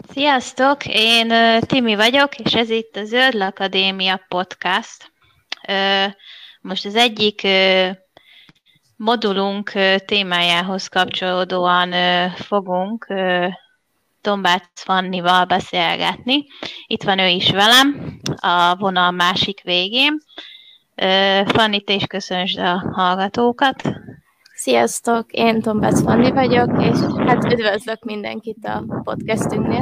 Sziasztok! Én Timi vagyok, és ez itt a Zöld Akadémia podcast. Most az egyik modulunk témájához kapcsolódóan fogunk Tombács Fannival beszélgetni. Itt van ő is velem, a vonal másik végén. Fanni, te is köszönsd a hallgatókat. Sziasztok, én Tombács Fanni vagyok, és hát üdvözlök mindenkit a podcastünknél.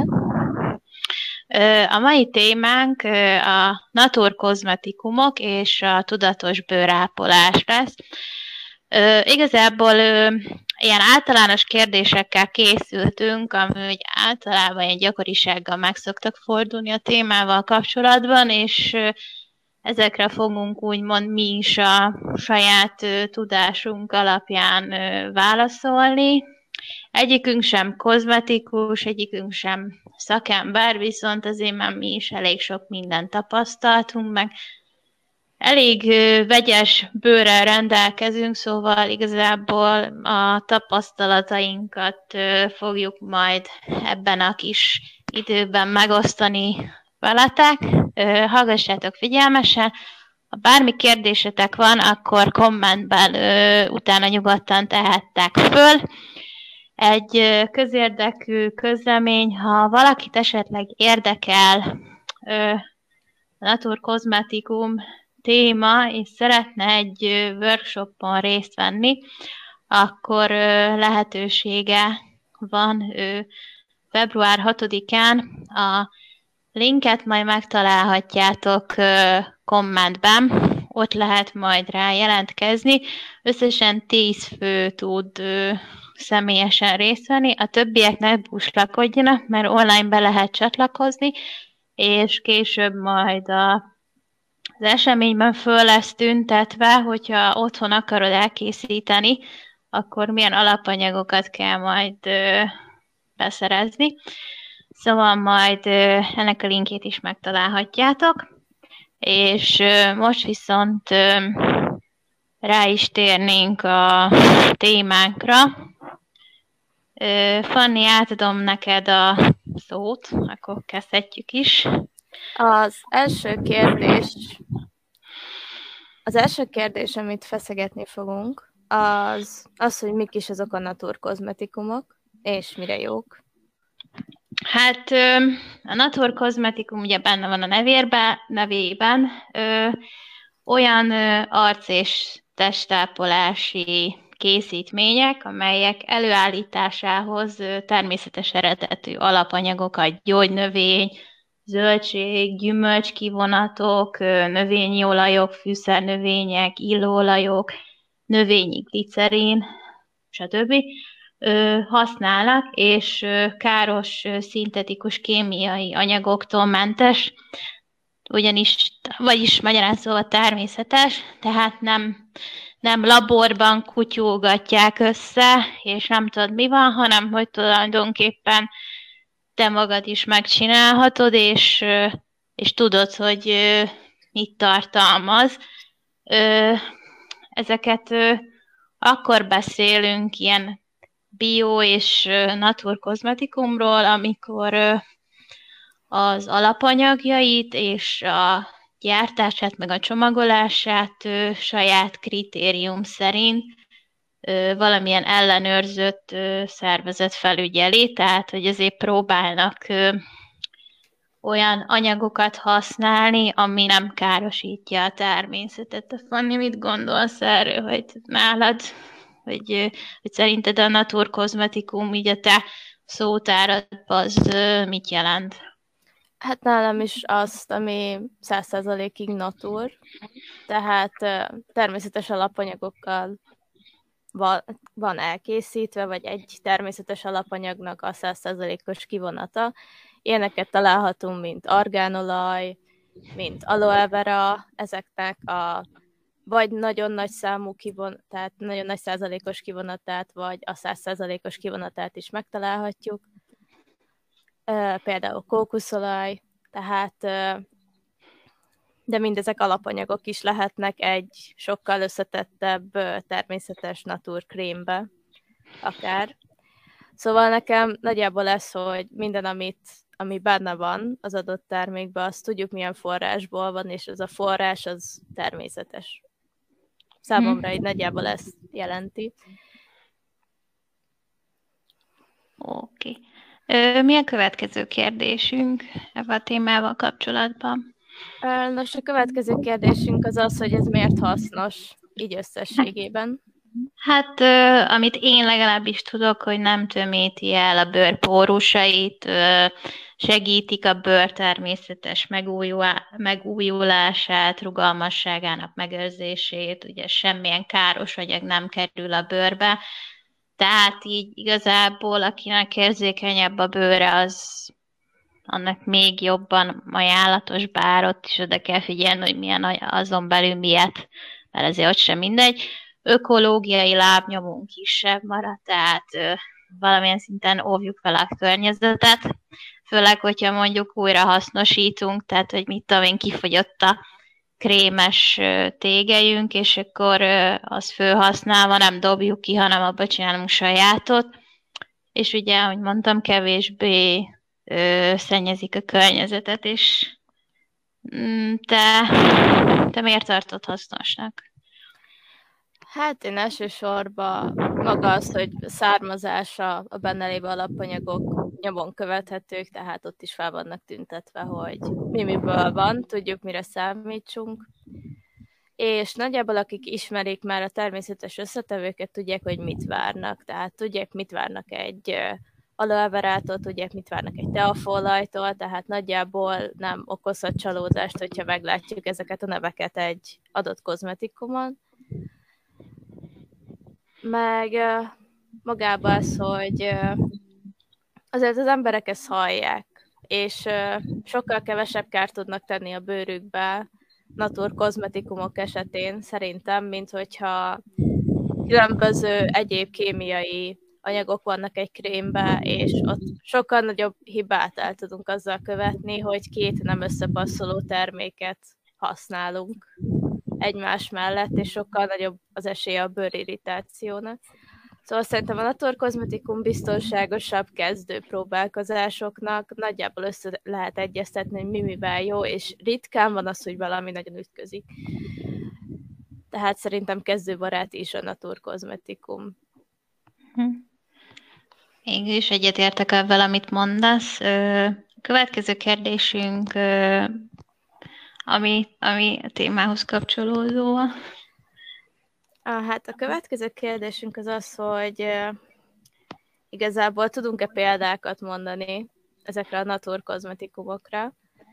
A mai témánk a naturkozmetikumok és a tudatos bőrápolás lesz. Igazából ilyen általános kérdésekkel készültünk, ami általában egy gyakorisággal meg szoktak fordulni a témával kapcsolatban, és ezekre fogunk úgymond mi is a saját tudásunk alapján válaszolni. Egyikünk sem kozmetikus, egyikünk sem szakember, viszont azért már mi is elég sok mindent tapasztaltunk, meg elég vegyes bőrrel rendelkezünk, szóval igazából a tapasztalatainkat fogjuk majd ebben a kis időben megosztani veletek. Hallgassátok figyelmesen, ha bármi kérdésetek van, akkor kommentben utána nyugodtan tehettek föl. Egy közérdekű közlemény, ha valakit esetleg érdekel a naturkozmetikum téma, és szeretne egy workshopon részt venni, akkor lehetősége van február 6-án. A linket majd megtalálhatjátok kommentben, ott lehet majd rá jelentkezni. Összesen 10 fő tud személyesen részt venni, a többiek ne buslakodjanak, mert online be lehet csatlakozni, és később majd az eseményben föl lesz tüntetve, hogyha otthon akarod elkészíteni, akkor milyen alapanyagokat kell majd beszerezni. Szóval majd ennek a linkjét is megtalálhatjátok, és most viszont rá is térnénk a témánkra. Fanni, átadom neked a szót, akkor kezdhetjük is. Az első kérdés, amit feszegetni fogunk, az, hogy mik is azok a naturkozmetikumok, és mire jók. Hát a naturkozmetikum ugye benne van a nevében, olyan arc- és testápolási készítmények, amelyek előállításához természetes eredetű alapanyagokat, gyógynövény, zöldség, gyümölcskivonatok, növényi olajok, fűszernövények, illóolajok, növényi glicerin, stb. Használnak, és káros szintetikus kémiai anyagoktól mentes, vagyis magyarán szóval természetes, tehát nem laborban kutyulgatják össze, és nem tudod mi van, hanem hogy tulajdonképpen te magad is megcsinálhatod, és tudod, hogy mit tartalmaz. Ezeket akkor beszélünk ilyen bio és naturkozmetikumról, amikor az alapanyagjait és a gyártását, meg a csomagolását saját kritérium szerint valamilyen ellenőrzött szervezet felügyeli, tehát hogy azért próbálnak olyan anyagokat használni, ami nem károsítja a természetet. Fanni, mit gondolsz erről, hogy nálad, hogy szerinted a naturkozmetikum, így a te szótáradban az mit jelent? Hát nálam is azt, ami 100%-ig natur, tehát természetes alapanyagokkal van elkészítve, vagy egy természetes alapanyagnak a 100%-os kivonata. Ilyeneket találhatunk, mint argánolaj, mint aloe vera, ezeknek vagy nagyon nagy számú tehát nagyon nagy százalékos kivonatát, vagy a 100%-os kivonatát is megtalálhatjuk. Például kókuszolaj, tehát de mindezek alapanyagok is lehetnek egy sokkal összetettebb természetes naturkrémbe akár. Szóval nekem nagyjából ez, hogy minden, amit ami benne van az adott termékben, azt tudjuk, milyen forrásból van, és ez a forrás az természetes. Számomra így nagyjából ezt jelenti. Oké. Mi a következő kérdésünk ebben a témával kapcsolatban? Nos, a következő kérdésünk az az, hogy ez miért hasznos, így összességében. Hát, amit én legalábbis tudok, hogy nem tömíti el a bőr pórusait, segítik a bőr természetes megújulását, rugalmasságának megőrzését, ugye semmilyen káros anyag nem kerül a bőrbe, tehát így igazából, akinek érzékenyebb a bőre, az annak még jobban ajánlatos, bár ott is oda kell figyelni, hogy milyen azon belül miért, mert azért ott sem mindegy. Ökológiai lábnyomunk kisebb marad, tehát valamilyen szinten óvjuk vele a környezetet, főleg, hogyha mondjuk újra hasznosítunk, tehát, hogy mit tudom én, kifogyott a krémes tégelyünk, és akkor az fölhasználva nem dobjuk ki, hanem abba csinálunk sajátot, és ugye, ahogy mondtam, kevésbé szennyezik a környezetet, és te miért tartod hasznosnak? Hát én elsősorban maga az, hogy származása a benne lévő alapanyagok nyomon követhetők, tehát ott is fel vannak tüntetve, hogy miből van, tudjuk, mire számítsunk. És nagyjából akik ismerik már a természetes összetevőket, tudják, hogy mit várnak. Tehát tudják, mit várnak egy aloe verától, tudják, mit várnak egy teafolajtól, tehát nagyjából nem okozhat csalódást, hogyha meglátjuk ezeket a neveket egy adott kozmetikumon. Meg magában az, hogy azért az emberek ezt hallják, és sokkal kevesebb kárt tudnak tenni a bőrükbe natur kozmetikumok esetén szerintem, mint hogyha különböző egyéb kémiai anyagok vannak egy krémbe, és ott sokkal nagyobb hibát el tudunk azzal követni, hogy két nem összepasszoló terméket használunk egymás mellett, és sokkal nagyobb az esélye a bőrirritációnak. Szóval szerintem a naturkozmetikum biztonságosabb kezdő próbálkozásoknak, nagyjából össze lehet egyeztetni, hogy mi mivel jó, és ritkán van az, hogy valami nagyon ütközik. Tehát szerintem kezdőbarát is a naturkozmetikum. Mégis egyetértek ebben, amit mondasz. A következő kérdésünk, ami a témához kapcsolódó. Hát a következő kérdésünk az az, hogy igazából tudunk-e példákat mondani ezekre a naturkozmetikumokra?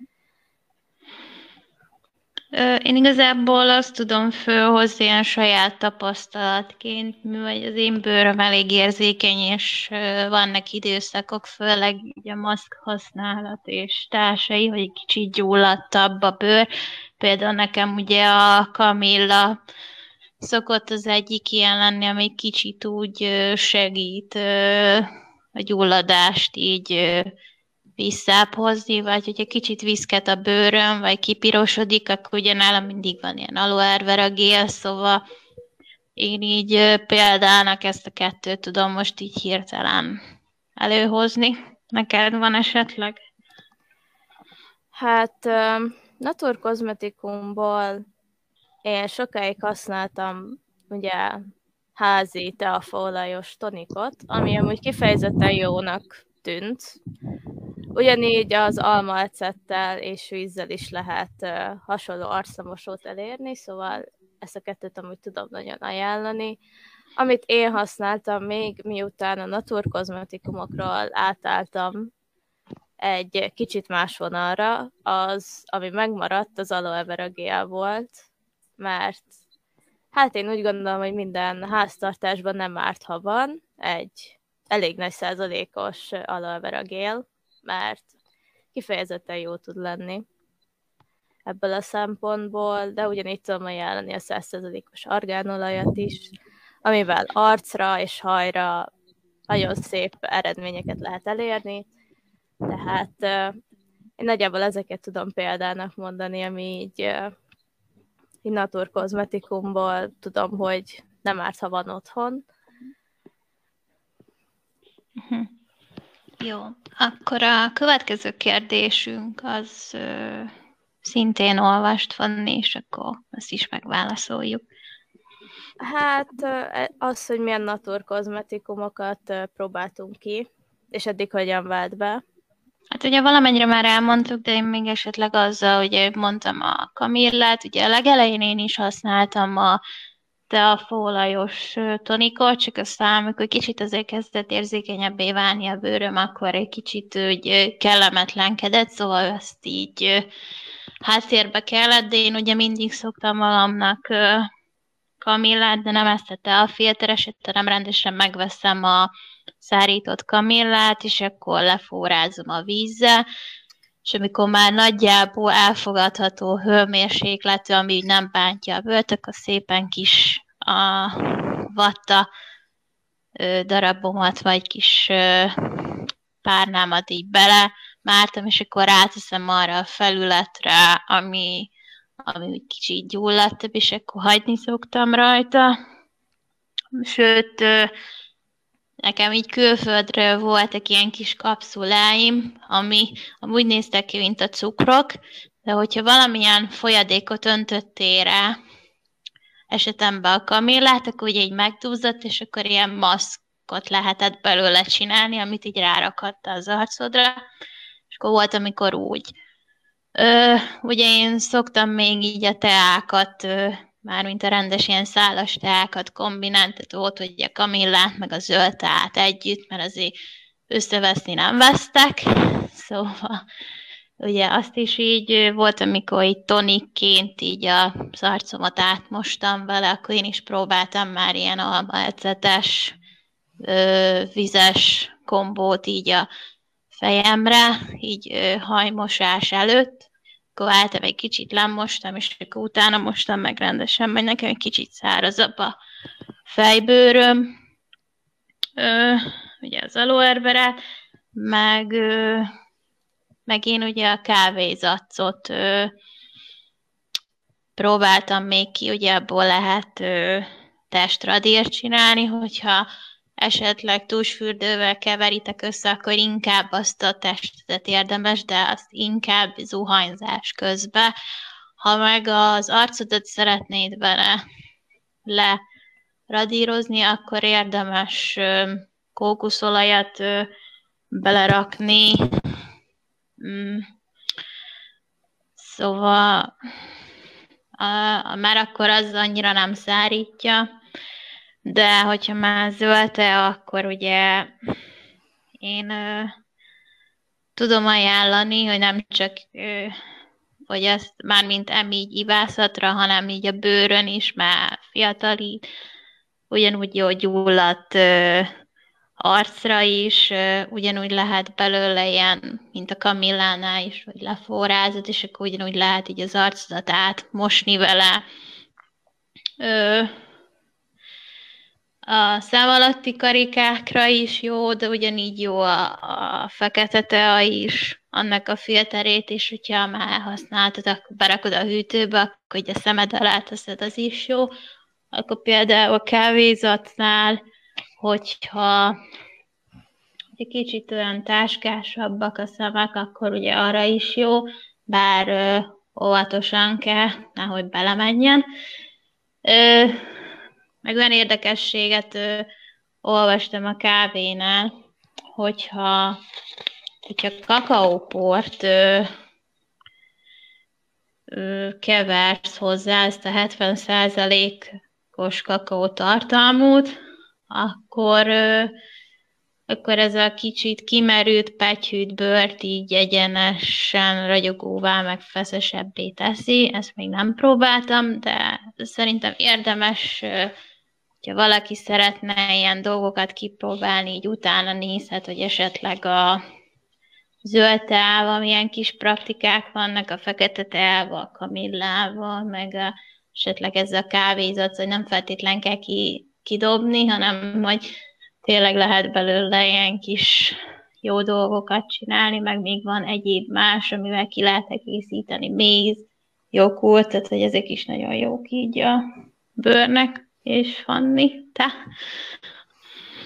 Én igazából azt tudom fölhozni ilyen saját tapasztalatként, mivel az én bőröm elég érzékeny, és vannak időszakok, főleg a maszk használat és társai, hogy egy kicsit gyulladtabb a bőr. Például nekem ugye a kamilla szokott az egyik ilyen lenni, ami kicsit úgy segít a gyulladást így visszább hozni, vagy hogyha kicsit viszket a bőröm, vagy kipirosodik, akkor ugye nálam mindig van ilyen aloe vera gél, szóval én így példának ezt a kettőt tudom most így hirtelen előhozni. Neked van esetleg? Hát naturkozmetikumból én sokáig használtam ugye házi teafaolajos tonikot, ami amúgy kifejezetten jónak tűnt. Ugyanígy az almaecettel és vízzel is lehet hasonló arcszamosót elérni, szóval ezt a kettőt amúgy tudom nagyon ajánlani. Amit én használtam még, miután a naturkozmetikumokról átálltam egy kicsit más vonalra, az, ami megmaradt, az aloe vera gél volt, mert hát én úgy gondolom, hogy minden háztartásban nem árt, ha van egy elég nagy százalékos aloe vera gél, mert kifejezetten jó tud lenni ebből a szempontból, de ugyanígy tudom ajánlani a 100%-os argánolajat is, amivel arcra és hajra nagyon szép eredményeket lehet elérni, tehát én nagyjából ezeket tudom példának mondani, ami így naturkozmetikumból tudom, hogy nem árt, ha van otthon. Jó, akkor a következő kérdésünk az szintén olvast van, és akkor ezt is megválaszoljuk. Hát az, hogy milyen naturkozmetikumokat próbáltunk ki, és eddig hogyan vált be. Hát ugye valamennyire már elmondtuk, de én még esetleg azzal, ugye mondtam a kamillát, ugye a legelején én is használtam a teafólajos tonikot, csak aztán, amikor kicsit azért kezdett érzékenyebbé válni a bőröm, akkor egy kicsit úgy kellemetlenkedett, szóval ezt így háttérbe kellett, de én ugye mindig szoktam magamnak kamillát, de nem ezt a teafiltereset, hanem rendesen megveszem a szárított kamillát, és akkor leforrázom a vízzel, és amikor már nagyjából elfogadható hőmérsékletű, ami úgy nem bántja a bőrt, akkor szépen kis a vatta darabomat, vagy kis párnámat így bele mártam, és akkor ráteszem arra a felületre, ami úgy kicsit gyulladt, és akkor hagyni szoktam rajta. Sőt, nekem így külföldről voltak ilyen kis kapszuláim, ami úgy néztek ki, mint a cukrok, de hogyha valamilyen folyadékot öntöttél rá, esetemben a kamillát, akkor ugye így megdúzott, és akkor ilyen maszkot lehetett belőle csinálni, amit így rárakatta az arcodra, és akkor volt, amikor úgy. Ugye én szoktam még így a teákat, mármint a rendes ilyen szálas teákat kombinálni, tehát volt, hogy a kamillát, meg a zöld teát együtt, mert azért összeveszni nem vesztek, szóval ugye azt is így volt, amikor így tonikként így az arcomat átmostam vele, akkor én is próbáltam már ilyen almaecetes, vizes kombót így a fejemre, így hajmosás előtt, akkor álltam egy kicsit lemostam, és akkor utána mostam meg rendesen, mert nekem egy kicsit szárazabb a fejbőröm, ugye az aloe-berát, meg én ugye a kávézacot próbáltam még ki, ugye abból lehet testradírt csinálni, hogyha esetleg tusfürdővel keveritek össze, akkor inkább azt a testet érdemes, de azt inkább zuhanyzás közben. Ha meg az arcodat szeretnéd vele leradírozni, akkor érdemes kókuszolajat belerakni. Szóval már akkor az annyira nem szárítja, de hogyha már zöld-e, akkor ugye én tudom ajánlani, hogy nem csak hogy ezt mármint így ivászatra, hanem így a bőrön is már fiatalít, ugyanúgy jó gyulladt arcra is, ugyanúgy lehet belőle ilyen, mint a kamillánál is, hogy leforrázod, és akkor ugyanúgy lehet így az arcodat átmosni vele. A szám alatti karikákra is jó, de ugyanígy jó a fekete tea is, annak a filterét is, hogyha már használtad, akkor berakod a hűtőbe, akkor így a szemed alá teszed, az is jó. Akkor például a kávézatnál, hogyha egy kicsit olyan táskásabbak a szemek, akkor ugye arra is jó, bár óvatosan kell, nehogy belemenjen. Meg olyan érdekességet olvastam a kávénál, hogyha kakaóport keversz hozzá, ezt a 70%-os kakaó tartalmút, akkor ez a kicsit kimerült, pegyhűt bőrt így egyenesen ragyogóvá, meg feszesebbé teszi. Ezt még nem próbáltam, de szerintem érdemes, hogyha valaki szeretne ilyen dolgokat kipróbálni, így utána nézhet, hogy esetleg a zöld teával milyen kis praktikák vannak, a fekete teával, a kamillával, meg esetleg ez a kávézat, hogy nem feltétlen kell kidobni, hanem hogy tényleg lehet belőle ilyen kis jó dolgokat csinálni, meg még van egyéb más, amivel ki lehet egészíteni, méz, joghurt, tehát hogy ezek is nagyon jók így a bőrnek, és Fanni, te?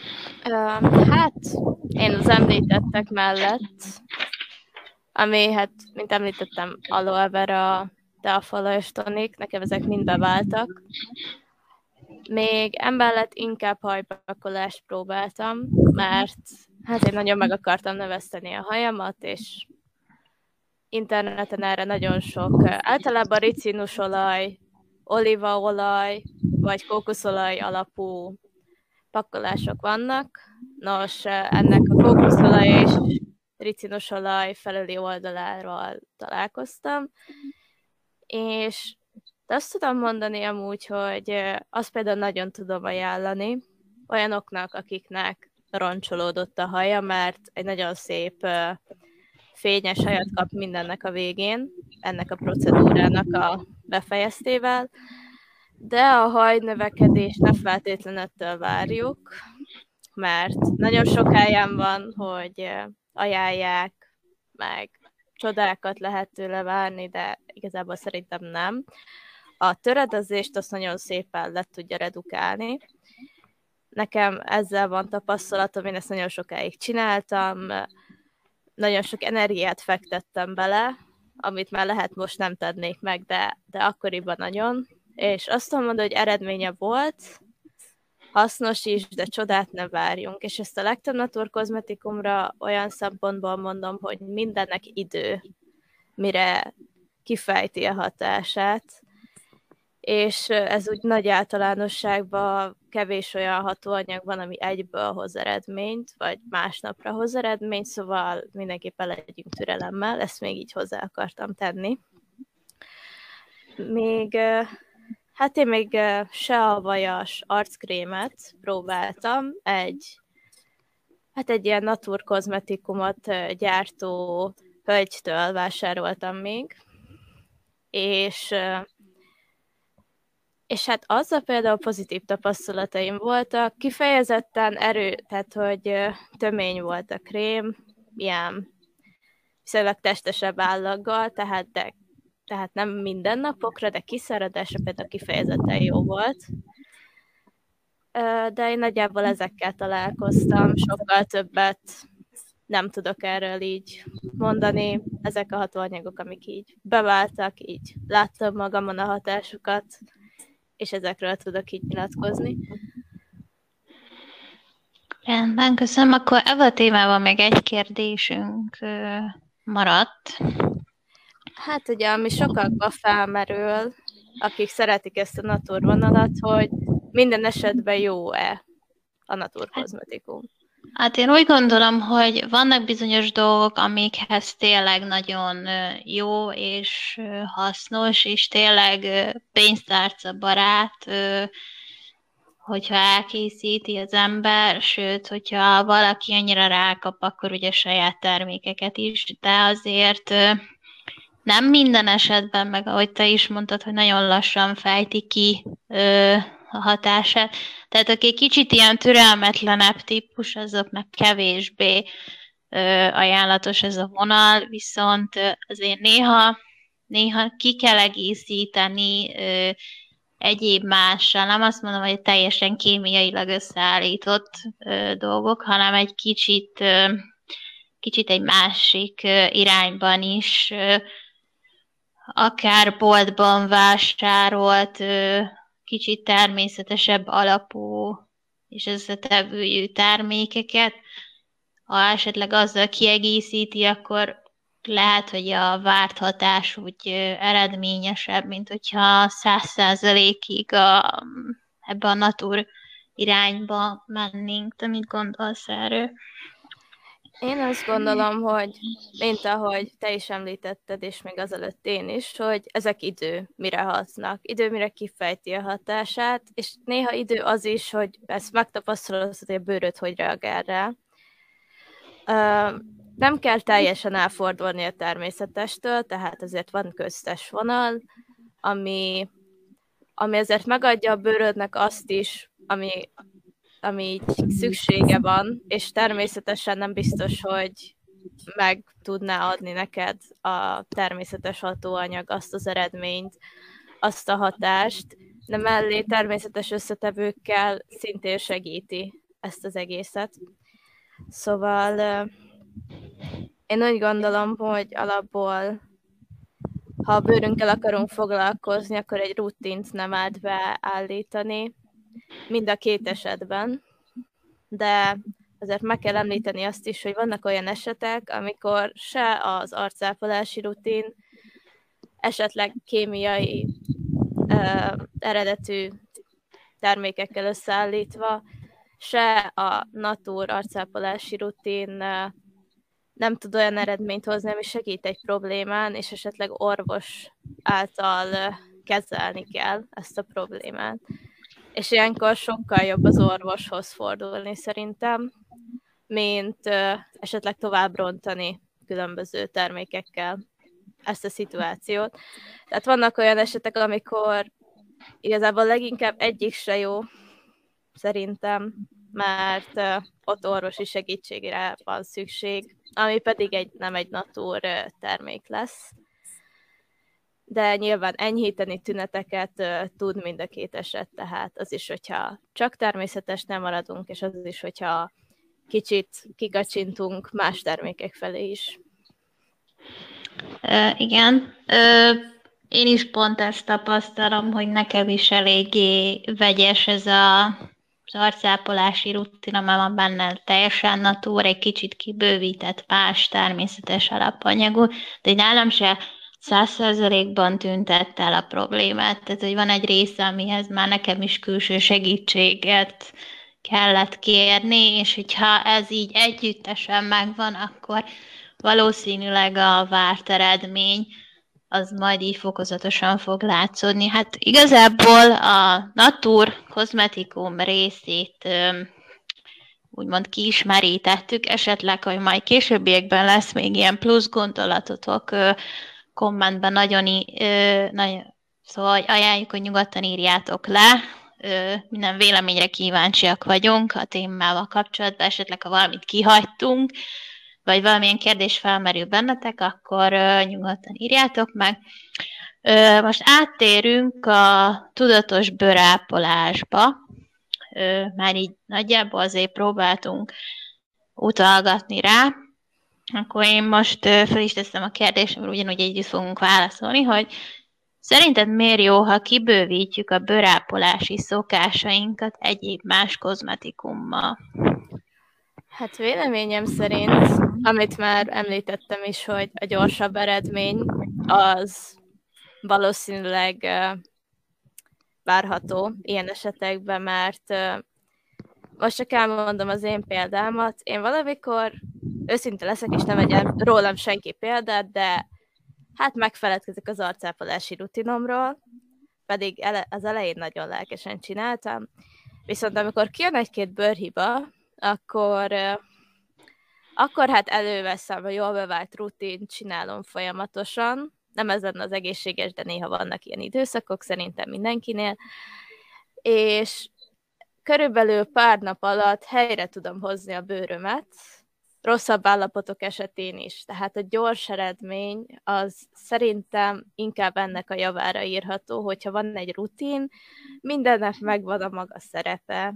Hát, én az említettek mellett, ami, hát, mint említettem, aloe vera, teafala és tonik, nekem ezek mind beváltak. Még emellett inkább hajpakolást próbáltam, mert hát én nagyon meg akartam növeszteni a hajamat, és interneten erre nagyon sok, általában ricinusolaj, olívaolaj, vagy kókuszolaj alapú pakolások vannak. Nos, ennek a kókuszolaj és ricinusolaj felüli oldaláról találkoztam, és azt tudom mondani amúgy, hogy azt például nagyon tudom ajánlani olyanoknak, akiknek roncsolódott a haja, mert egy nagyon szép fényes hajat kap mindennek a végén, ennek a procedúrának a befejeztével, de a hajnövekedés ne feltétlenül ettől várjuk, mert nagyon sok helyen van, hogy ajánlják, meg csodákat lehet tőle várni, de igazából szerintem nem. A töredezést azt nagyon szépen le tudja redukálni. Nekem ezzel van tapasztalatom, én ezt nagyon sokáig csináltam, nagyon sok energiát fektettem bele, amit már lehet most nem tennék meg, de akkoriban nagyon. És azt mondom, hogy eredménye volt, hasznos is, de csodát ne várjunk. És ezt a legtöbb naturkozmetikumra olyan szempontból mondom, hogy mindennek idő, mire kifejti a hatását. És ez úgy nagy általánosságban kevés olyan hatóanyag van, ami egyből hoz eredményt, vagy másnapra hoz eredményt, szóval mindenképpen legyünk türelemmel, ezt még így hozzá akartam tenni. Hát én még sealvajas arckrémet próbáltam, egy ilyen naturkozmetikumot gyártó hölgytől vásároltam még, és hát azzal például pozitív tapasztalataim voltak, kifejezetten tehát hogy tömény volt a krém, ilyen viszonylag testesebb állaggal, tehát nem minden napokra, de kiszáradásra például kifejezetten jó volt. De én nagyjából ezekkel találkoztam, sokkal többet nem tudok erről így mondani. Ezek a hatóanyagok, amik így beváltak, így láttam magamon a hatásukat, és ezekről tudok így nyilatkozni. Rendben, köszönöm. Akkor ebben a témában még egy kérdésünk maradt. Hát ugye, ami sokakban felmerül, akik szeretik ezt a naturvonalat, hogy minden esetben jó-e a naturkozmetikum? Hát én úgy gondolom, hogy vannak bizonyos dolgok, amikhez tényleg nagyon jó és hasznos, és tényleg pénztárca barát, hogyha elkészíti az ember, sőt, hogyha valaki annyira rákap, akkor ugye saját termékeket is, de azért nem minden esetben, meg ahogy te is mondtad, hogy nagyon lassan fejti ki a hatását. Tehát aki kicsit ilyen türelmetlenebb típus, azoknak kevésbé ajánlatos ez a vonal, viszont azért néha ki kell egészíteni egyéb mással. Nem azt mondom, hogy teljesen kémiailag összeállított dolgok, hanem egy kicsit egy másik irányban is, akár boltban vásárolt, kicsit természetesebb alapú és összetevőjű termékeket. Ha esetleg azzal kiegészíti, akkor lehet, hogy a várt hatás úgy eredményesebb, mint hogyha 100%-ig ebbe a natur irányba mennénk. Te mit gondolsz erről? Én azt gondolom, hogy mint ahogy te is említetted, és még azelőtt én is, hogy ezek idő, mire hatnak, idő, mire kifejti a hatását, és néha idő az is, hogy ezt megtapasztalod, hogy a bőröd hogy reagál rá. Nem kell teljesen elfordulni a természetestől, tehát azért van köztes vonal, ami azért megadja a bőrödnek azt is, ami így szüksége van, és természetesen nem biztos, hogy meg tudná adni neked a természetes hatóanyag azt az eredményt, azt a hatást, de mellé természetes összetevőkkel szintén segíti ezt az egészet. Szóval én úgy gondolom, hogy alapból, ha a bőrünkkel akarunk foglalkozni, akkor egy rutint nem állt beállítani, mind a két esetben, de azért meg kell említeni azt is, hogy vannak olyan esetek, amikor se az arcápolási rutin, esetleg kémiai eredetű termékekkel összeállítva, se a Natur arcápolási rutin nem tud olyan eredményt hozni, ami segít egy problémán, és esetleg orvos által kezelni kell ezt a problémát. És ilyenkor sokkal jobb az orvoshoz fordulni szerintem, mint esetleg tovább rontani különböző termékekkel ezt a szituációt. Tehát vannak olyan esetek, amikor igazából leginkább egyik se jó, szerintem, mert ott orvosi segítségre van szükség, ami pedig nem egy natur termék lesz. De nyilván enyhíteni tüneteket tud mind a két eset, tehát az is, hogyha csak természetes nem maradunk, és az is, hogyha kicsit kikacsintunk más termékek felé is. Igen. Én is pont ezt tapasztalom, hogy nekem is eléggé vegyes ez az arcápolási rutin, amely van benne teljesen natúr, egy kicsit kibővített más természetes alapanyagú, de nálam se 100%-ban tüntette el a problémát. Tehát, hogy van egy része, amihez már nekem is külső segítséget kellett kérni, és hogyha ez így együttesen megvan, akkor valószínűleg a várt eredmény az majd így fokozatosan fog látszódni. Hát igazából a Natur kozmetikum részét úgymond kiismerítettük, esetleg, hogy majd későbbiekben lesz még ilyen plusz gondolatotok, kommentben nagyon szóval ajánljuk, hogy nyugodtan írjátok le, minden véleményre kíváncsiak vagyunk a témával kapcsolatban, esetleg ha valamit kihagytunk, vagy valamilyen kérdés felmerül bennetek, akkor nyugodtan írjátok meg. Most áttérünk a tudatos bőrápolásba. Már így nagyjából azért próbáltunk utalgatni rá. Akkor én most fel is teszem a kérdést, mert ugyanúgy együtt fogunk válaszolni, hogy szerinted miért jó, ha kibővítjük a bőrápolási szokásainkat egyéb más kozmetikummal? Hát véleményem szerint, amit már említettem is, hogy a gyorsabb eredmény az valószínűleg várható ilyen esetekben, mert most csak elmondom az én példámat. Én valamikor őszinte leszek, és nem vegyem rólam senki példát, de hát megfeledkezik az arcápolási rutinomról, pedig az elején nagyon lelkesen csináltam. Viszont amikor kijön egy-két bőrhiba, akkor hát előveszem a jól bevált rutint, csinálom folyamatosan. Nem ez lenne az egészséges, de néha vannak ilyen időszakok, szerintem mindenkinél. És körülbelül pár nap alatt helyre tudom hozni a bőrömet, rosszabb állapotok esetén is. Tehát a gyors eredmény az szerintem inkább ennek a javára írható, hogyha van egy rutin, mindennek megvan a maga szerepe,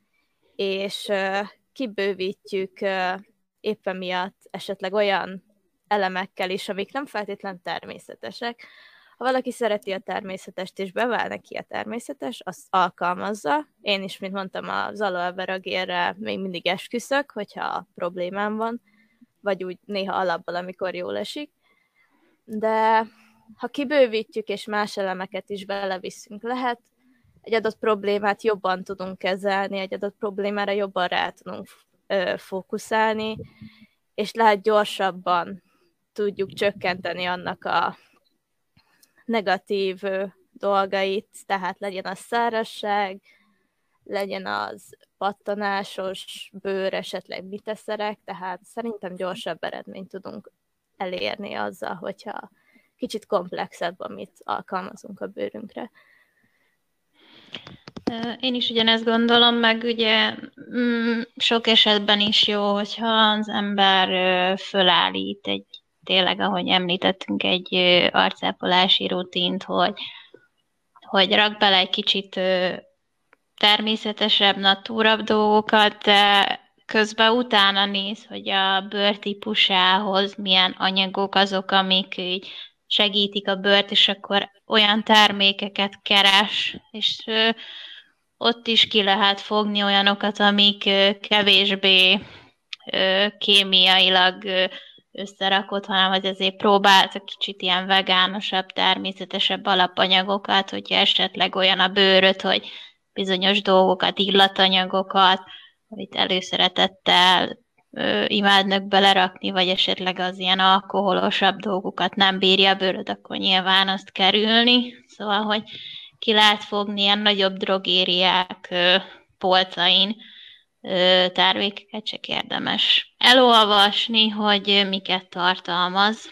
és kibővítjük éppen miatt esetleg olyan elemekkel is, amik nem feltétlenül természetesek. Ha valaki szereti a természetest, és bevált neki a természetes, azt alkalmazza. Én is, mint mondtam, az aloe vera gélre még mindig esküszök, hogyha problémám van, vagy úgy néha alapból, amikor jól esik. De ha kibővítjük, és más elemeket is beleviszünk, lehet egy adott problémát jobban tudunk kezelni, egy adott problémára jobban rá tudunk fókuszálni, és lehet gyorsabban tudjuk csökkenteni annak a negatív dolgait, tehát legyen az szárazság, legyen az pattanásos bőr, esetleg miteszerek, tehát szerintem gyorsabb eredményt tudunk elérni azzal, hogyha kicsit komplexebb, amit alkalmazunk a bőrünkre. Én is ugyanezt gondolom, meg ugye sok esetben is jó, hogyha az ember fölállít tényleg, ahogy említettünk, egy arcápolási rutint, hogy rak bele egy kicsit természetesebb, natúrabb dolgokat, de közben utána néz, hogy a bőr típusához milyen anyagok azok, amik így segítik a bőrt, és akkor olyan termékeket keres, és ott is ki lehet fogni olyanokat, amik kevésbé kémiailag összerakott, hanem hogy ezért próbáltak kicsit ilyen vegánosabb, természetesebb alapanyagokat, hogyha esetleg olyan a bőröd, hogy bizonyos dolgokat, illatanyagokat, amit előszeretettel imádnak belerakni, vagy esetleg az ilyen alkoholosabb dolgokat nem bírja a bőröd, akkor nyilván azt kerülni. Szóval, hogy ki lehet fogni ilyen nagyobb drogériák polcain termékeket, csak érdemes elolvasni, hogy miket tartalmaz.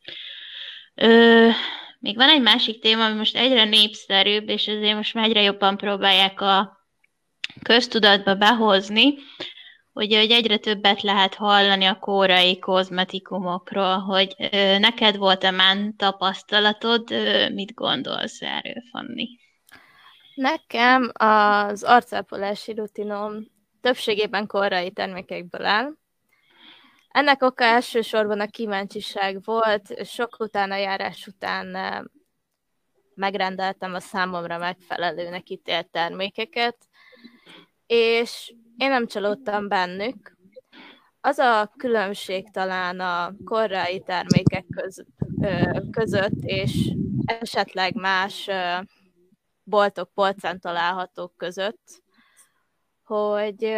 Még van egy másik téma, ami most egyre népszerűbb, és ezért most már egyre jobban próbálják a köztudatba behozni, hogy egyre többet lehet hallani a koreai kozmetikumokról, hogy neked volt-e már tapasztalatod, mit gondolsz erről, Fanni? Nekem az arcápolási rutinom többségében koreai termékekből áll. Ennek oka elsősorban a kíváncsiság volt, sok utánajárás után megrendeltem a számomra megfelelőnek ítélt termékeket, és én nem csalódtam bennük. Az a különbség talán a koreai termékek között, és esetleg más boltok polcán találhatók között, hogy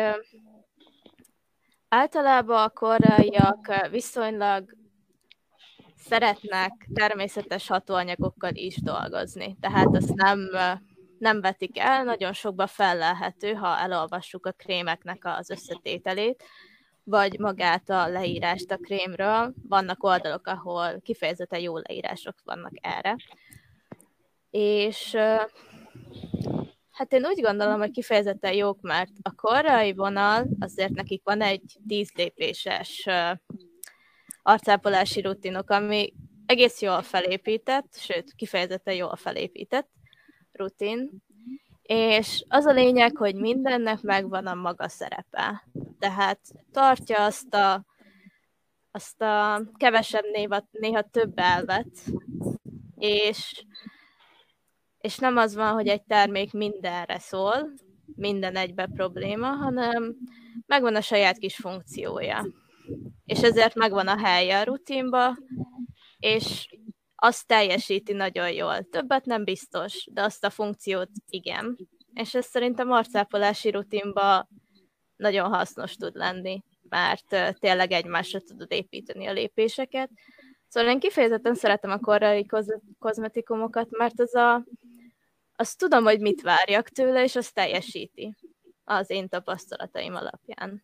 általában a koreaiak viszonylag szeretnek természetes hatóanyagokkal is dolgozni. Tehát azt nem vetik el, nagyon sokba fellelhető, ha elolvassuk a krémeknek az összetételét, vagy magát a leírást a krémről. Vannak oldalok, ahol kifejezetten jó leírások vannak erre. És hát én úgy gondolom, hogy kifejezetten jók, mert a koreai vonal, azért nekik van egy 10 lépéses arcápolási rutinok, ami egész jól felépített, sőt, kifejezetten jól felépített rutin, és az a lényeg, hogy mindennek megvan a maga szerepe. Tehát tartja azt a kevesebb, néha több elvet, és nem az van, hogy egy termék mindenre szól, minden egybe probléma, hanem megvan a saját kis funkciója. És ezért megvan a helye a rutinba, és azt teljesíti nagyon jól. Többet nem biztos, de azt a funkciót igen. És ez szerintem arcápolási rutinba nagyon hasznos tud lenni, mert tényleg egymásra tudod építeni a lépéseket. Szóval én kifejezetten szeretem a koreai kozmetikumokat, mert azt tudom, hogy mit várjak tőle, és azt teljesíti az én tapasztalataim alapján.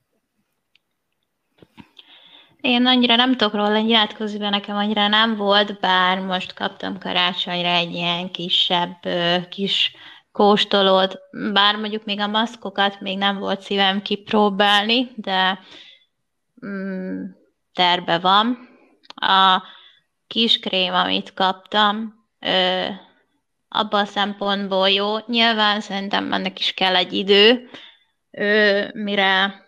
Én annyira nem tudok róla nyilatkozni, mert nekem annyira nem volt, bár most kaptam karácsonyra egy ilyen kisebb kis kóstolót, bár mondjuk még a maszkokat még nem volt szívem kipróbálni, de terve van. A kis krém, amit kaptam, abban a szempontból jó. Nyilván szerintem ennek is kell egy idő, mire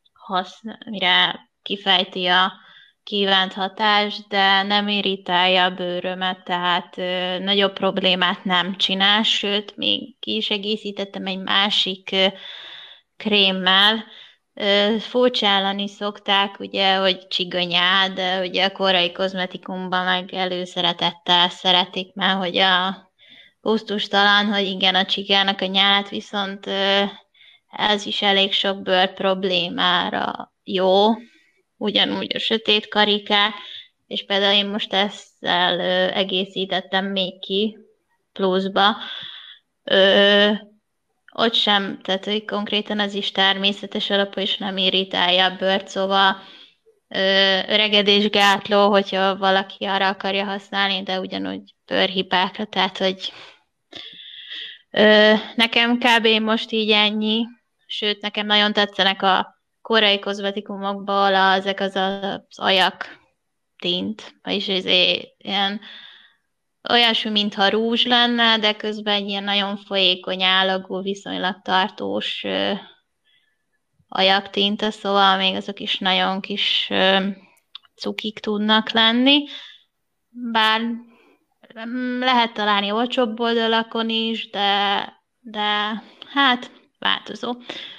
kifejti a kívánt hatást, de nem irritálja a bőrömet, tehát nagyobb problémát nem csinál, sőt, még ki is egészítettem egy másik krémmel. Furcsálani szokták, ugye, hogy csigonyá, de ugye a koreai kozmetikumban meg előszeretettel szeretik, mert hogy a gusztustalan, hogy igen, a csigának a nyálát, viszont ez is elég sok bőr problémára jó, ugyanúgy a sötét karikák, és például én most ezzel egészítettem még ki pluszba. Ott sem, tehát hogy konkrétan az is természetes alapú, és nem irritálja a bőrt, szóval öregedésgátló, hogyha valaki arra akarja használni, de ugyanúgy bőrhibákra, tehát hogy nekem kb. Most így ennyi, sőt, nekem nagyon tetszenek a koreai kozmetikumokból ezek az ajak tint, vagyis ilyen olyasmi, mintha rúzs lenne, de közben egy ilyen nagyon folyékony állagú, viszonylag tartós ajaktinta, szóval még azok is nagyon kis cukik tudnak lenni. Bár lehet találni olcsóbb oldalakon is, de hát változó.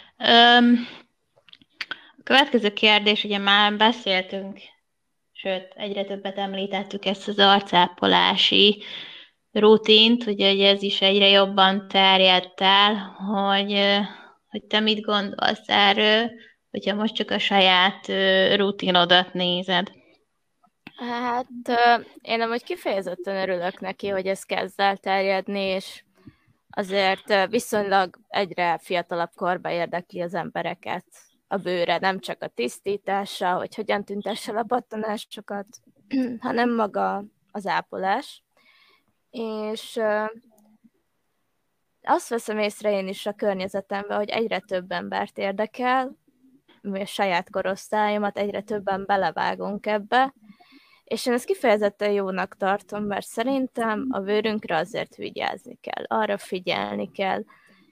A következő kérdés, ugye már beszéltünk, sőt, egyre többet említettük ezt az arcápolási rutint, ugye hogy ez is egyre jobban terjedt el, hogy te mit gondolsz erről, hogyha most csak a saját rutinodat nézed. Hát én amúgy kifejezetten örülök neki, hogy ez kezd el terjedni, és azért viszonylag egyre fiatalabb korba érdekli az embereket a bőre, nem csak a tisztítása, hogy hogyan tüntesse a pattanásokat, hanem maga az ápolás. És azt veszem észre én is a környezetemben, hogy egyre több embert érdekel, mi a saját korosztályomat, egyre többen belevágunk ebbe, és én ezt kifejezetten jónak tartom, mert szerintem a bőrünkre azért vigyázni kell, arra figyelni kell,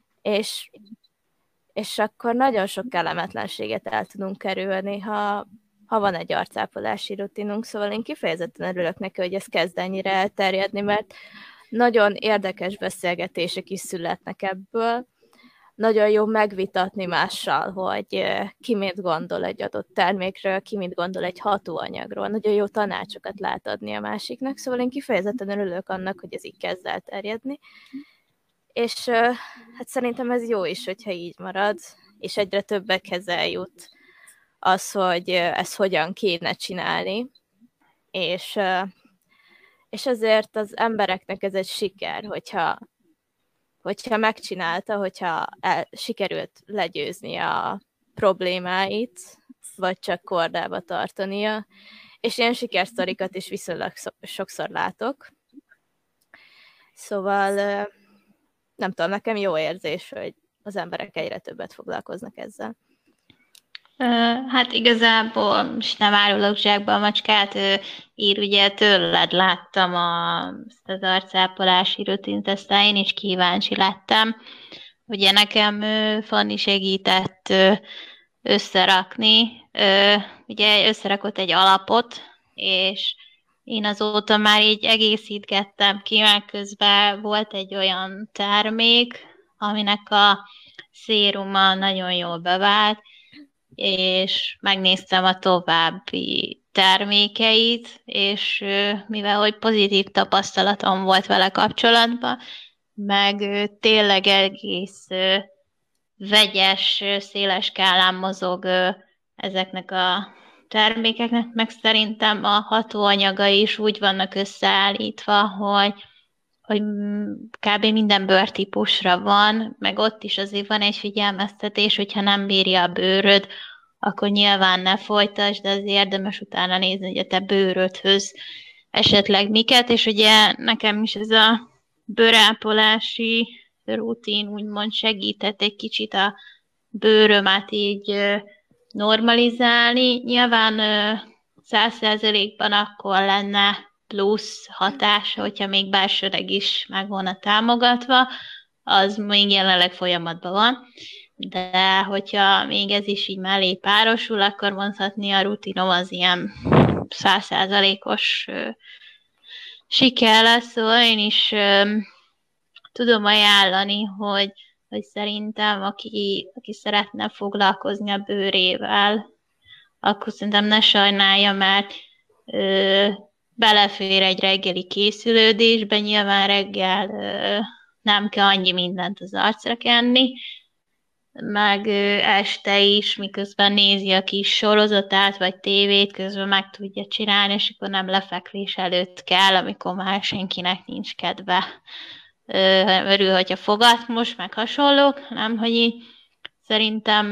és akkor nagyon sok kellemetlenséget el tudunk kerülni, ha van egy arcápolási rutinunk, szóval én kifejezetten örülök neki, hogy ez kezd ennyire elterjedni, mert nagyon érdekes beszélgetések is születnek ebből, nagyon jó megvitatni mással, hogy ki mit gondol egy adott termékről, ki mit gondol egy hatóanyagról, nagyon jó tanácsokat lát adni a másiknak, szóval én kifejezetten örülök annak, hogy ez így kezd el terjedni, és hát szerintem ez jó is, hogyha így marad, és egyre többekhez eljut az, hogy ezt hogyan kéne csinálni, és azért az embereknek ez egy siker, hogyha megcsinálta, hogyha sikerült legyőzni a problémáit, vagy csak kordába tartania, és ilyen sikersztorikat is viszonylag sokszor látok. Szóval nem tudom, nekem jó érzés, hogy az emberek egyre többet foglalkoznak ezzel. Hát igazából, most nem árulok zsákba a macskát, ír ugye tőled láttam az arcápolási rutint, aztán én is kíváncsi lettem. Ugye nekem Fanni segített összerakni, ugye összerakott egy alapot, és én azóta már így egészítgettem ki, mert közben volt egy olyan termék, aminek a széruma nagyon jól bevált, és megnéztem a további termékeit, és mivel hogy pozitív tapasztalatom volt vele kapcsolatban, meg tényleg egész vegyes, széles skálán mozog ezeknek a termékeknek, meg szerintem a hatóanyagai is úgy vannak összeállítva, hogy kb. Minden bőrtípusra van, meg ott is azért van egy figyelmeztetés, hogyha nem bírja a bőröd, akkor nyilván ne folytasd, de azért érdemes utána nézni, hogy a te bőrödhöz esetleg miket, és ugye nekem is ez a bőrápolási rutin úgymond segített egy kicsit a bőrömet így normalizálni. Nyilván 100%-ban akkor lenne plusz hatása, hogyha még belsőleg is meg volna támogatva, az még jelenleg folyamatban van. De hogyha még ez is így mellé párosul, akkor mondhatni a rutinom az ilyen 100%-os siker lesz, szóval én is tudom ajánlani, hogy szerintem aki szeretne foglalkozni a bőrével, akkor szerintem ne sajnálja, mert belefér egy reggeli készülődésbe, nyilván reggel nem kell annyi mindent az arcra kenni, meg este is, miközben nézi a kis sorozatát, vagy tévét, közben meg tudja csinálni, és akkor nem lefekvés előtt kell, amikor már senkinek nincs kedve. Örül, hogyha fogat most, meg hasonlók, nem, hogy így szerintem